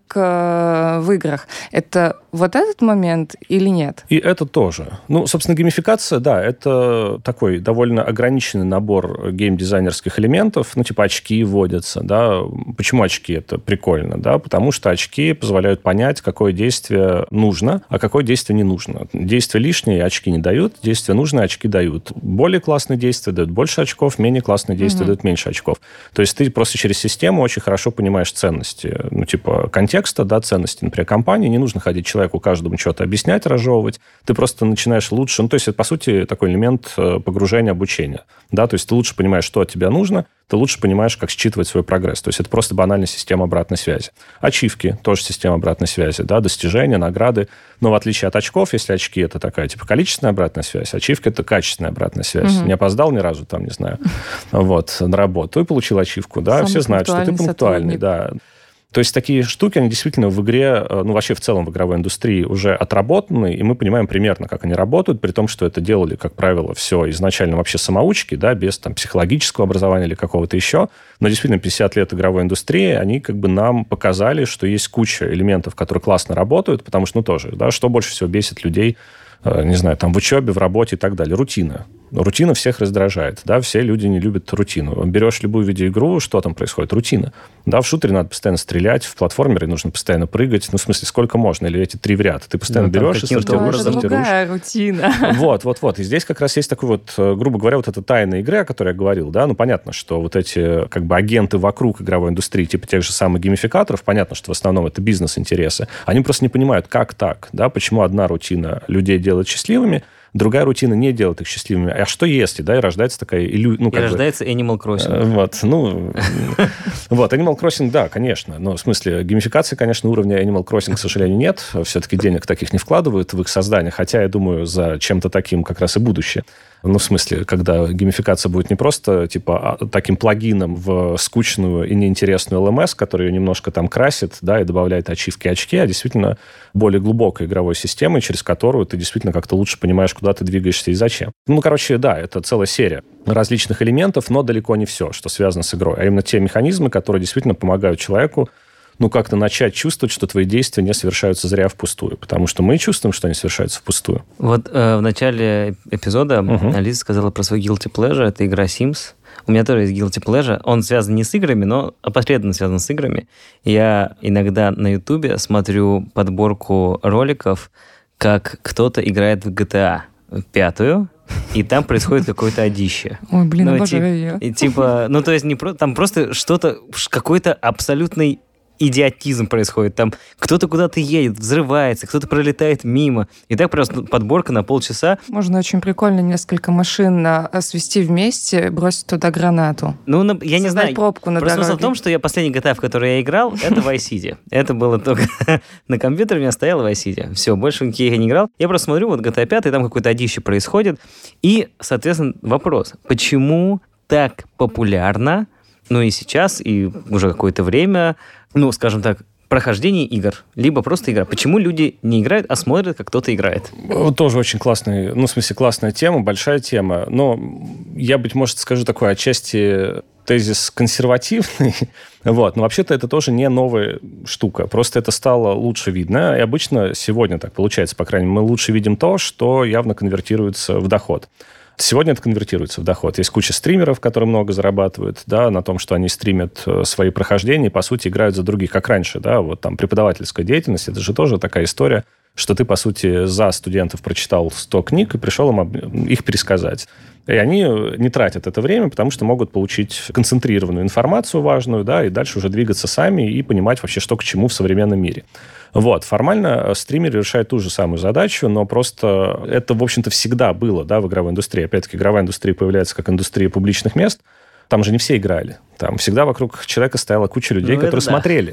э, в играх. Это вот этот момент или нет? И это тоже. Ну, собственно, геймификация, да, это такой довольно ограниченный набор геймдизайнерских элементов. Ну, типа очки вводятся, да. Почему очки? Это прикольно, да, потому что очки позволяют понять, какое действие нужно, а какое действие не нужно. Действия лишние очки не дают, действия нужные очки дают. Более классные действия дают больше очков, менее классные действия mm-hmm. дают меньше очков. То есть ты просто через систему очень хорошо понимаешь ценности. Ну, типа, контекста, да, ценности, например, компании. Не нужно ходить человеку каждому что-то объяснять, разжевывать. Ты просто начинаешь лучше... Ну, то есть это, по сути, такой элемент погружения, обучения. Да, то есть ты лучше понимаешь, что от тебя нужно, ты лучше понимаешь, как считывать свой прогресс. То есть это просто банальная система обратной связи. Ачивки – тоже система обратной связи. Да, достижения, награды. Но в отличие от очков, если очки – это такая, типа, количественная обратная связь, ачивка – это качественная обратная связь. Угу. Не опоздал ни разу, там, не знаю, вот, на работу и получил ачивку. Да, все знают, что ты пунктуальный. Да. То есть такие штуки, они действительно в игре, ну, вообще в целом в игровой индустрии уже отработаны, и мы понимаем примерно, как они работают, при том, что это делали, как правило, все изначально вообще самоучки, да, без там психологического образования или какого-то еще. Но действительно пятьдесят лет игровой индустрии, они как бы нам показали, что есть куча элементов, которые классно работают, потому что, ну, тоже, да, что больше всего бесит людей, не знаю, там, в учебе, в работе и так далее. Рутина. Рутина всех раздражает, да, все люди не любят рутину. Берешь любую видеоигру, что там происходит? Рутина. Да, в шутере надо постоянно стрелять, в платформере нужно постоянно прыгать, ну, в смысле, сколько можно, или эти три в ряд. Ты постоянно ну, берешь и сортируешь, сортируешь. Это другая рутина. Вот, вот, вот. И здесь как раз есть такой вот, грубо говоря, вот эта тайна игры, о которой я говорил, да, ну, понятно, что вот эти, как бы, агенты вокруг игровой индустрии, типа тех же самых геймификаторов, понятно, что в основном это бизнес-интересы, они просто не понимают, как так, да, почему одна рутина людей делает счастливыми, другая рутина не делает их счастливыми. А что если, да, и рождается такая иллюзия... Ну, и рождается бы, Animal Crossing. Вот, ну... Вот, Animal Crossing, да, конечно. Но, в смысле, геймификации, конечно, уровня Animal Crossing, к сожалению, нет. Все-таки денег таких не вкладывают в их создание. Хотя, я думаю, за чем-то таким как раз и будущее. Ну, в смысле, когда геймификация будет не просто, типа, таким плагином в скучную и неинтересную эл эм эс, который ее немножко там красит, да, и добавляет ачивки и очки, а действительно более глубокой игровой системой, через которую ты действительно как-то лучше понимаешь, куда ты двигаешься и зачем. Ну, короче, да, это целая серия различных элементов, но далеко не все, что связано с игрой. А именно те механизмы, которые действительно помогают человеку ну, как-то начать чувствовать, что твои действия не совершаются зря впустую. Потому что мы чувствуем, что они совершаются впустую. Вот э, в начале эпизода uh-huh. Алиса сказала про свой guilty pleasure. Это игра Sims. У меня тоже есть guilty pleasure. Он связан не с играми, но опосредованно связан с играми. Я иногда на Ютубе смотрю подборку роликов, как кто-то играет в джи ти эй пятую, и там происходит какое-то одище. Ой, блин, ну, обожаю ее. Тип, типа, ну, то есть не про, там просто что-то, какой-то абсолютный идиотизм происходит. Там кто-то куда-то едет, взрывается, кто-то пролетает мимо. И так просто подборка на полчаса. Можно очень прикольно несколько машин свести вместе, бросить туда гранату. Ну, я Создать не знаю. Пробку на Просто дороге. смысл в том, что я последний джи ти эй, в который я играл, это Vice City. Это было только... На компьютере у меня стоял Vice City. Все, больше никаких я не играл. Я просто смотрю, вот джи ти эй пять, там какое-то одище происходит. И, соответственно, вопрос. Почему так популярно ну и сейчас, и уже какое-то время, ну, скажем так, прохождение игр, либо просто игра. Почему люди не играют, а смотрят, как кто-то играет? Тоже очень классная, ну, в смысле, классная тема, большая тема. Но я, быть может, скажу такой отчасти тезис консервативный. Вот. Но вообще-то это тоже не новая штука. Просто это стало лучше видно. И обычно сегодня так получается, по крайней мере, мы лучше видим то, что явно конвертируется в доход. Сегодня это конвертируется в доход. Есть куча стримеров, которые много зарабатывают, да, на том, что они стримят свои прохождения и, по сути, играют за других, как раньше, да, вот там преподавательская деятельность, это же тоже такая история, что ты, по сути, за студентов прочитал сто книг и пришел им их пересказать. И они не тратят это время, потому что могут получить концентрированную информацию важную, да, и дальше уже двигаться сами и понимать вообще, что к чему в современном мире. Вот, формально стример решает ту же самую задачу, но просто это, в общем-то, всегда было, да, в игровой индустрии. Опять-таки, игровая индустрия появляется как индустрия публичных мест. Там же не все играли. Там всегда вокруг человека стояла куча людей, ну, которые да. смотрели.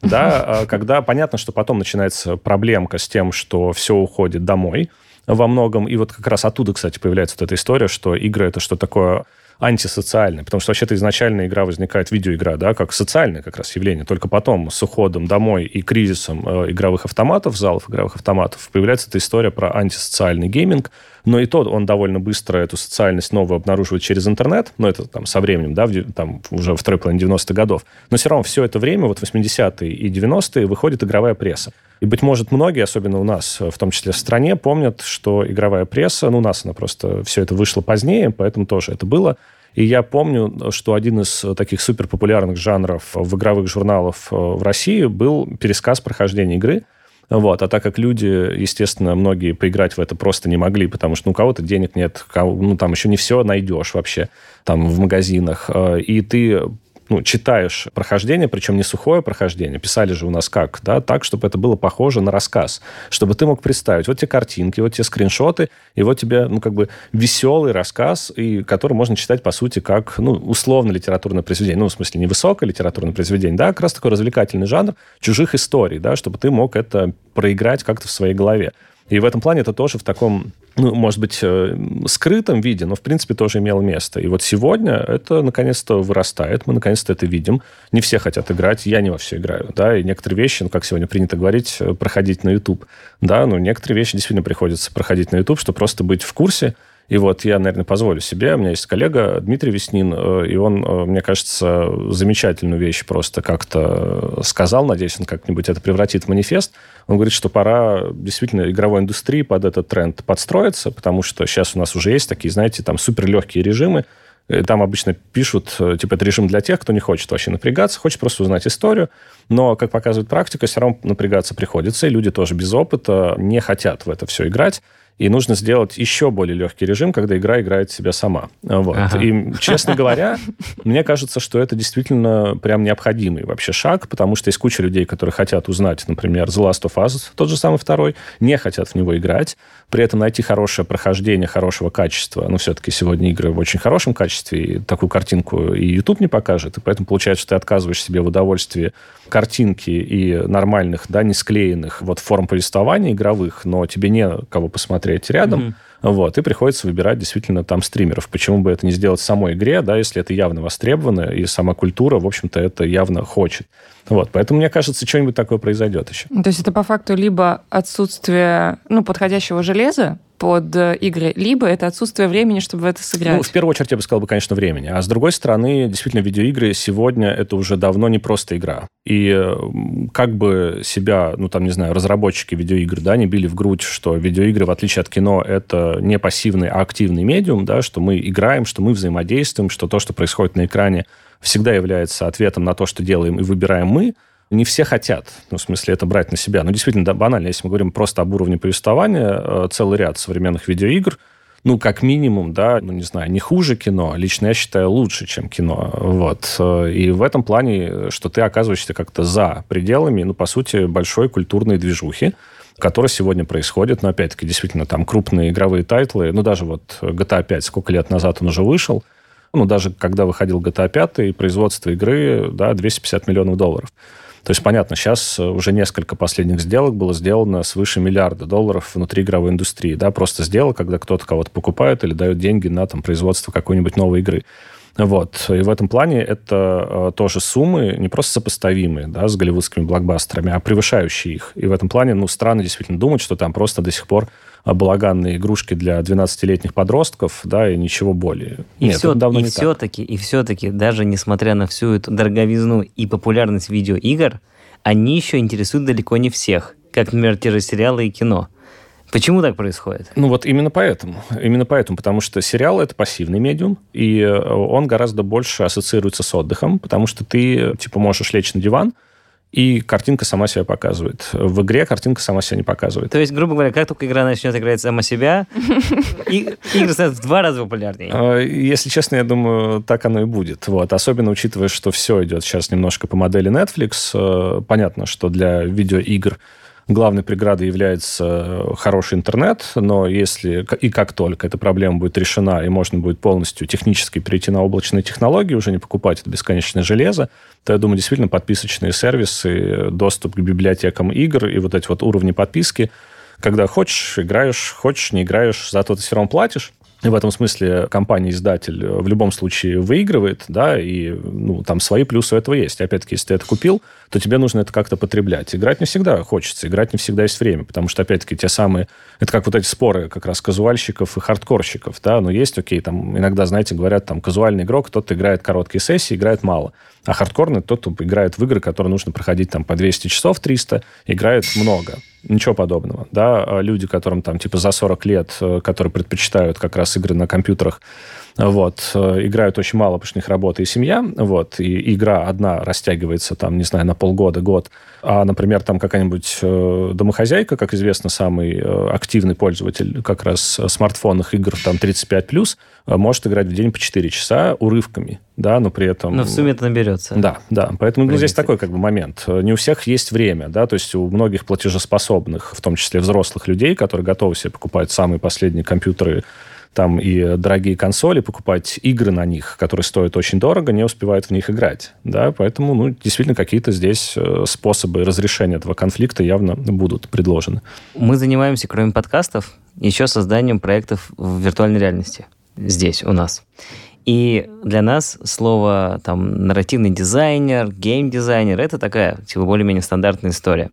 Да, когда понятно, что потом начинается проблемка с тем, что все уходит домой во многом. И вот как раз оттуда, кстати, появляется вот эта история, что игры — это что такое антисоциальное, потому что вообще-то изначально игра возникает, видеоигра, да, как социальное как раз явление. Только потом с уходом домой и кризисом э, игровых автоматов, залов игровых автоматов, появляется эта история про антисоциальный гейминг. Но и тот, он довольно быстро эту социальность новую обнаруживает через интернет, но это там со временем, да, в, там уже в второй половине девяностых годов. Но все равно все это время, вот восьмидесятые и девяностые, выходит игровая пресса. И, быть может, многие, особенно у нас, в том числе в стране, помнят, что игровая пресса, ну, у нас она просто все это вышло позднее, поэтому тоже это было. И я помню, что один из таких суперпопулярных жанров в игровых журналах в России был пересказ прохождения игры. Вот. А так как люди, естественно, многие поиграть в это просто не могли, потому что ну, у кого-то денег нет, ну, там еще не все найдешь вообще там в магазинах. И ты ну, читаешь прохождение, причем не сухое прохождение. Писали же у нас как, да, так, чтобы это было похоже на рассказ. Чтобы ты мог представить, вот те картинки, вот те скриншоты, и вот тебе, ну, как бы веселый рассказ, и который можно читать, по сути, как, ну, условно литературное произведение. Ну, в смысле, не высокое литературное произведение, да, как раз такой развлекательный жанр чужих историй, да, чтобы ты мог это проиграть как-то в своей голове. И в этом плане это тоже в таком, ну, может быть, скрытом виде, но, в принципе, тоже имело место. И вот сегодня это, наконец-то, вырастает, мы, наконец-то, это видим. Не все хотят играть, я не во все играю, да, и некоторые вещи, ну, как сегодня принято говорить, проходить на YouTube, да, ну, некоторые вещи действительно приходится проходить на YouTube, чтобы просто быть в курсе. И вот я, наверное, позволю себе. У меня есть коллега Дмитрий Веснин, и он, мне кажется, замечательную вещь просто как-то сказал. Надеюсь, он как-нибудь это превратит в манифест. Он говорит, что пора действительно игровой индустрии под этот тренд подстроиться, потому что сейчас у нас уже есть такие, знаете, там суперлегкие режимы. Там обычно пишут, типа, это режим для тех, кто не хочет вообще напрягаться, хочет просто узнать историю. Но, как показывает практика, все равно напрягаться приходится, и люди тоже без опыта не хотят в это все играть. И нужно сделать еще более легкий режим, когда игра играет себя сама. Вот. Ага. И, честно говоря, мне кажется, что это действительно прям необходимый вообще шаг, потому что есть куча людей, которые хотят узнать, например, The Last of Us, тот же самый второй, не хотят в него играть, при этом найти хорошее прохождение, хорошего качества. Ну, все-таки сегодня игры в очень хорошем качестве, и такую картинку и YouTube не покажет, и поэтому получается, что ты отказываешь себе в удовольствии картинки и нормальных, да, не склеенных вот форм повествования игровых, но тебе не кого посмотреть рядом, mm-hmm. вот, и приходится выбирать действительно там стримеров. Почему бы это не сделать в самой игре, да, если это явно востребовано, и сама культура, в общем-то, это явно хочет. Вот, поэтому, мне кажется, что-нибудь такое произойдет еще. То есть это по факту либо отсутствие, ну, подходящего железа под игры, либо это отсутствие времени, чтобы в это сыграть. Ну, в первую очередь, я бы сказал, бы, конечно, времени. А с другой стороны, действительно, видеоигры сегодня это уже давно не просто игра. И как бы себя, ну, там, не знаю, разработчики видеоигр, да, не били в грудь, что видеоигры, в отличие от кино, это не пассивный, а активный медиум, да, что мы играем, что мы взаимодействуем, что то, что происходит на экране, всегда является ответом на то, что делаем и выбираем мы. Не все хотят, ну, в смысле, это брать на себя. Ну, действительно, да, банально, если мы говорим просто об уровне повествования, целый ряд современных видеоигр, ну, как минимум, да, ну, не знаю, не хуже кино, лично я считаю, лучше, чем кино. Вот. И в этом плане, что ты оказываешься как-то за пределами, ну, по сути, большой культурной движухи, которая сегодня происходит. Но, опять-таки, действительно, там крупные игровые тайтлы, ну, даже вот джи ти эй пять, сколько лет назад он уже вышел, ну, даже когда выходил джи ти эй пять, производство игры, да, двести пятьдесят миллионов долларов. То есть, понятно, сейчас уже несколько последних сделок было сделано свыше миллиарда долларов внутри игровой индустрии. Да, просто сделок, когда кто-то кого-то покупает или дает деньги на там, производство какой-нибудь новой игры. Вот. И в этом плане это тоже суммы не просто сопоставимые, да, с голливудскими блокбастерами, а превышающие их. И в этом плане, ну, странно действительно думать, что там просто до сих пор балаганные игрушки для двенадцатилетних подростков, да, и ничего более. И, Нет, все, это давно и не все-таки, и все-таки, даже несмотря на всю эту дороговизну и популярность видеоигр, они еще интересуют далеко не всех, как, например, те же сериалы и кино. Почему так происходит? Ну вот именно поэтому. Именно поэтому, потому что сериал — это пассивный медиум, и он гораздо больше ассоциируется с отдыхом, потому что ты, типа, можешь лечь на диван, и картинка сама себя показывает. В игре картинка сама себя не показывает. То есть, грубо говоря, как только игра начнет играть сама себя, игры становятся в два раза популярнее. Если честно, я думаю, так оно и будет. Вот. Особенно учитывая, что все идет сейчас немножко по модели Netflix. Понятно, что для видеоигр главной преградой является хороший интернет, но если и как только эта проблема будет решена, и можно будет полностью технически перейти на облачные технологии, уже не покупать это бесконечное железо, то, я думаю, действительно подписочные сервисы, доступ к библиотекам игр и вот эти вот уровни подписки, когда хочешь, играешь, хочешь, не играешь, зато ты все равно платишь. И в этом смысле компания-издатель в любом случае выигрывает, да, и ну, там свои плюсы у этого есть. Опять-таки, если ты это купил, то тебе нужно это как-то потреблять. Играть не всегда хочется, играть не всегда есть время, потому что, опять-таки, те самые... Это как вот эти споры как раз казуальщиков и хардкорщиков, да, но есть, окей, там иногда, знаете, говорят, там, казуальный игрок, кто-то играет короткие сессии, играет мало, а хардкорный тот, кто играет в игры, которые нужно проходить там по двести часов, триста, играет много. Ничего подобного. Да? Люди, которым там типа за сорок лет, которые предпочитают как раз игры на компьютерах, вот, играют очень мало, потому что у них работа и семья, вот, и игра одна растягивается там, не знаю, на полгода, год, а, например, там какая-нибудь домохозяйка, как известно, самый активный пользователь как раз смартфонных игр, там, тридцать пять плюс, может играть в день по четыре часа урывками, да, но при этом... Но в сумме это наберется. Да, да, поэтому ну, здесь такой как бы момент. Не у всех есть время, да, то есть у многих платежеспособных, в том числе взрослых людей, которые готовы себе покупать самые последние компьютеры, там и дорогие консоли, покупать игры на них, которые стоят очень дорого, не успевают в них играть. Да? Поэтому ну, действительно какие-то здесь способы разрешения этого конфликта явно будут предложены. Мы занимаемся, кроме подкастов, еще созданием проектов в виртуальной реальности здесь, у нас. И для нас слово там нарративный дизайнер, гейм-дизайнер — это такая типа более-менее стандартная история.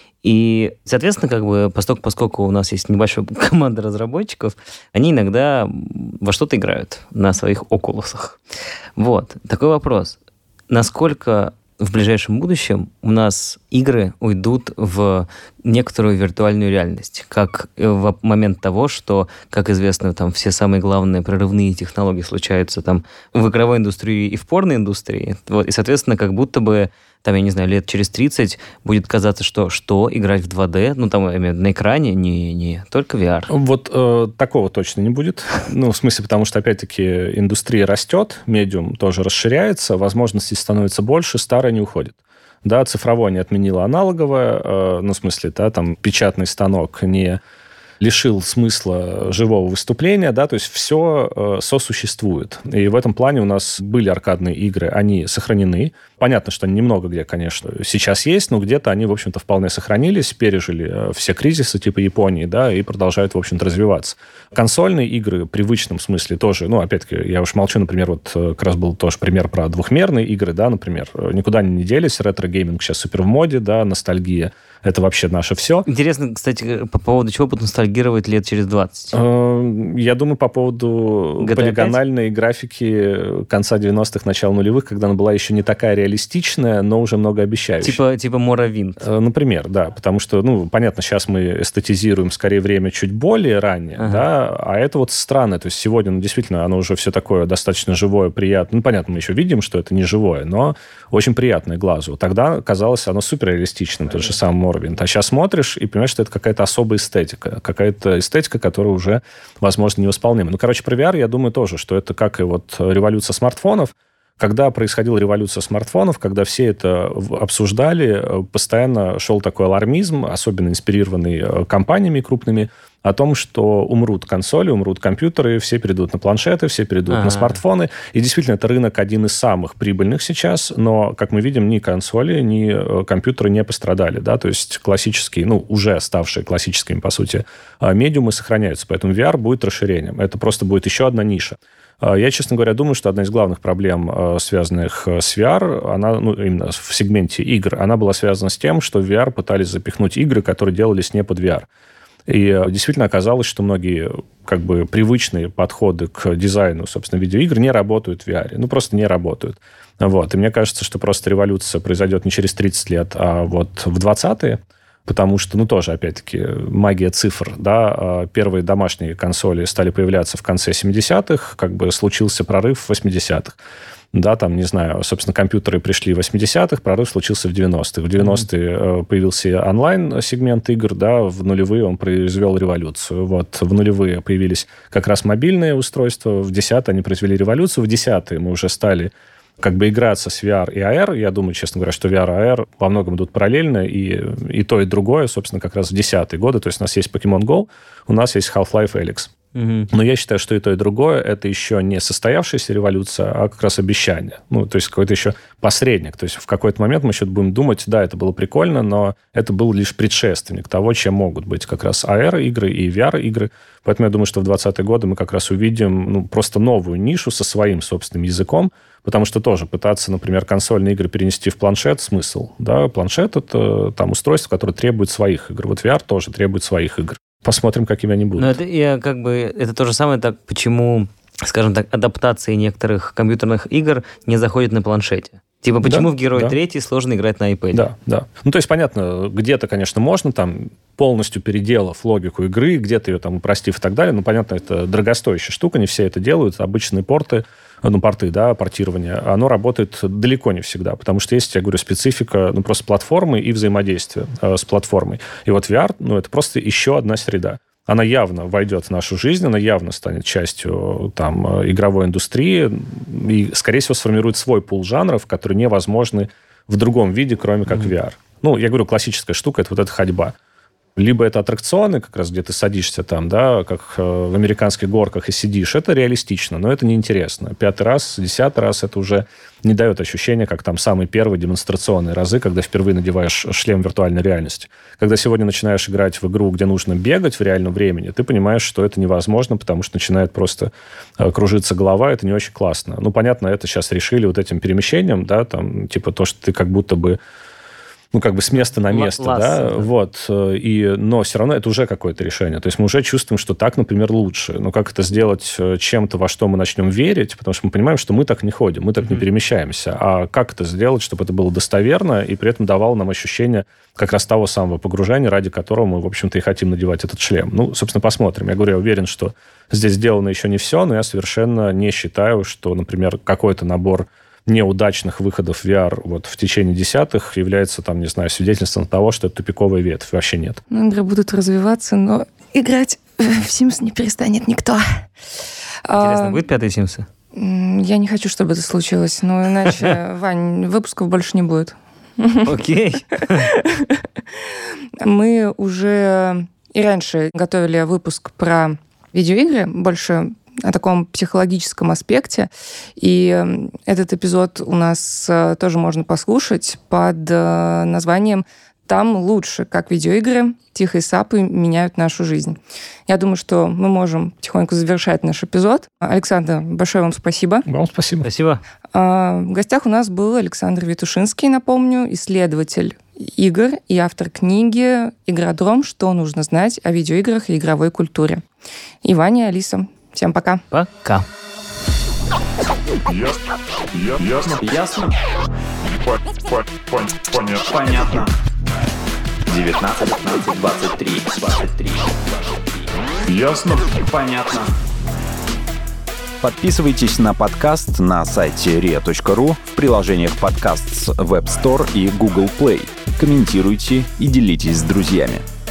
И, соответственно, как бы, поскольку, поскольку у нас есть небольшая команда разработчиков, они иногда во что-то играют на своих окулусах. Вот. Такой вопрос. Насколько в ближайшем будущем у нас игры уйдут в некоторую виртуальную реальность, как в момент того, что, как известно, там все самые главные прорывные технологии случаются там в игровой индустрии и в порноиндустрии. Вот. И, соответственно, как будто бы там, я не знаю, лет через тридцать будет казаться, что что, играть в два дэ, ну, там, на экране, не, не только ви ар. Вот э, такого точно не будет. Ну, в смысле, потому что, опять-таки, индустрия растет, медиум тоже расширяется, возможностей становится больше, старое не уходит. Да, цифровое не отменило аналоговое, э, ну, в смысле, да, там, печатный станок не лишил смысла живого выступления, да, то есть все э, сосуществует. И в этом плане у нас были аркадные игры, они сохранены. Понятно, что они немного где, конечно, сейчас есть, но где-то они, в общем-то, вполне сохранились, пережили все кризисы типа Японии, да, и продолжают, в общем-то, развиваться. Консольные игры в привычном смысле тоже, ну, опять-таки, я уж молчу, например, вот как раз был тоже пример про двухмерные игры, да, например, никуда они не делись, ретро-гейминг сейчас супер в моде, да, ностальгия. Это вообще наше все. Интересно, кстати, по поводу чего будут ностальгировать лет через двадцать? Я думаю, по поводу джи ти эй полигональной пять? Графики конца девяностых, начала нулевых, когда она была еще не такая реалистичная, но уже многообещающая. Типа, типа Morrowind. Например, да. Потому что, ну, понятно, сейчас мы эстетизируем скорее время чуть более раннее, ага. да, а это вот странно. То есть сегодня, ну, действительно, оно уже все такое достаточно живое, приятное. Ну, понятно, мы еще видим, что это не живое, но очень приятное глазу. Тогда казалось оно суперреалистичным, тот же самый А сейчас смотришь и понимаешь, что это какая-то особая эстетика. Какая-то эстетика, которая уже, возможно, невосполнима. Ну, короче, про ви ар я думаю тоже, что это как и вот революция смартфонов. Когда происходила революция смартфонов, когда все это обсуждали, постоянно шел такой алармизм, особенно инспирированный компаниями крупными, о том, что умрут консоли, умрут компьютеры, все перейдут на планшеты, все перейдут А-а-а. на смартфоны. И действительно, это рынок один из самых прибыльных сейчас, но, как мы видим, ни консоли, ни компьютеры не пострадали. Да? То есть классические, ну, уже ставшие классическими, по сути, медиумы сохраняются. Поэтому ви ар будет расширением. Это просто будет еще одна ниша. Я, честно говоря, думаю, что одна из главных проблем, связанных с ви ар, она, ну, именно в сегменте игр, она была связана с тем, что в ви ар пытались запихнуть игры, которые делались не под ви ар. И действительно оказалось, что многие как бы привычные подходы к дизайну, собственно, видеоигр не работают в ви ар. Ну, просто не работают. Вот. И мне кажется, что просто революция произойдет не через тридцать лет, а вот в двадцатые. Потому что, ну, тоже, опять-таки, магия цифр, да, первые домашние консоли стали появляться в конце семидесятых, как бы случился прорыв в восьмидесятых. Да, там, не знаю, собственно, компьютеры пришли в восьмидесятых, прорыв случился в девяностых. В девяностые mm-hmm. появился онлайн-сегмент игр, да, в нулевые он произвел революцию. Вот, в нулевые появились как раз мобильные устройства, в десятые они произвели революцию, в десятые мы уже стали как бы играться с ви ар и эй ар. Я думаю, честно говоря, что ви ар и эй ар во многом идут параллельно, и, и то, и другое, собственно, как раз в десятые годы. То есть у нас есть Pokemon Go, у нас есть Half-Life Alyx. Mm-hmm. Но я считаю, что и то, и другое – это еще не состоявшаяся революция, а как раз обещание. Ну, то есть какой-то еще посредник. То есть в какой-то момент мы еще будем думать, да, это было прикольно, но это был лишь предшественник того, чем могут быть как раз эй ар-игры и ви ар-игры. Поэтому я думаю, что в двадцатые годы мы как раз увидим, ну, просто новую нишу со своим собственным языком, потому что тоже пытаться, например, консольные игры перенести в планшет – смысл. Да? Планшет – это там устройство, которое требует своих игр. Вот ви ар тоже требует своих игр. Посмотрим, какими они будут. Но это, я, как бы, это то же самое, так, почему, скажем так, адаптации некоторых компьютерных игр не заходят на планшете. Типа, почему да, в «Герой да. третий» сложно играть на iPad? Да, да. Ну, то есть, понятно, где-то, конечно, можно, там, полностью переделав логику игры, где-то ее там упростив и так далее, но, понятно, это дорогостоящая штука, не все это делают, обычные порты, ну, порты, да, портирование, оно работает далеко не всегда, потому что есть, я говорю, специфика, ну, просто платформы и взаимодействия э, с платформой. И вот ви ар, ну, это просто еще одна среда. Она явно войдет в нашу жизнь, она явно станет частью там, игровой индустрии и, скорее всего, сформирует свой пул жанров, которые невозможны в другом виде, кроме как mm-hmm. ви ар. Ну, я говорю, классическая штука – это вот эта ходьба. Либо это аттракционы, как раз где ты садишься там, да, как в американских горках и сидишь. Это реалистично, но это неинтересно. Пятый раз, десятый раз это уже не дает ощущения, как там самые первые демонстрационные разы, когда впервые надеваешь шлем виртуальной реальности. Когда сегодня начинаешь играть в игру, где нужно бегать в реальном времени, ты понимаешь, что это невозможно, потому что начинает просто кружиться голова, это не очень классно. Ну, понятно, это сейчас решили вот этим перемещением, да, там, типа то, что ты как будто бы ну, как бы с места на место, Ласс, да, да, вот, и, но все равно это уже какое-то решение. То есть мы уже чувствуем, что так, например, лучше. Но как это сделать чем-то, во что мы начнем верить, потому что мы понимаем, что мы так не ходим, мы так mm-hmm. не перемещаемся. А как это сделать, чтобы это было достоверно и при этом давало нам ощущение как раз того самого погружения, ради которого мы, в общем-то, и хотим надевать этот шлем. Ну, собственно, посмотрим. Я говорю, я уверен, что здесь сделано еще не все, но я совершенно не считаю, что, например, какой-то набор неудачных выходов ви ар вот в течение десятых является, там, не знаю, свидетельством того, что это тупиковая ветвь. Вообще нет. Ну, игры будут развиваться, но играть в Sims не перестанет никто. Интересно, а, будет пятый Sims? Я не хочу, чтобы это случилось, но иначе, Вань, выпусков больше не будет. Окей. Мы уже и раньше готовили выпуск про видеоигры, больше о таком психологическом аспекте. И этот эпизод у нас тоже можно послушать под названием «Там лучше, как видеоигры, тихие сапы меняют нашу жизнь». Я думаю, что мы можем потихоньку завершать наш эпизод. Александр, большое вам спасибо. Вам спасибо. Спасибо. В гостях у нас был Александр Витушинский, напомню, исследователь игр и автор книги «Игродром. Что нужно знать о видеоиграх и игровой культуре». И Ваня, Алиса. Всем пока. Пока. Ясно. Ясно. Ясно. Понятно. Понятно. девятнадцать, пятнадцать, двадцать три, двадцать три. Ясно. Понятно. Подписывайтесь на подкаст на сайте риа точка ру, в приложениях подкаст с Web Store и Google Play. Комментируйте и делитесь с друзьями.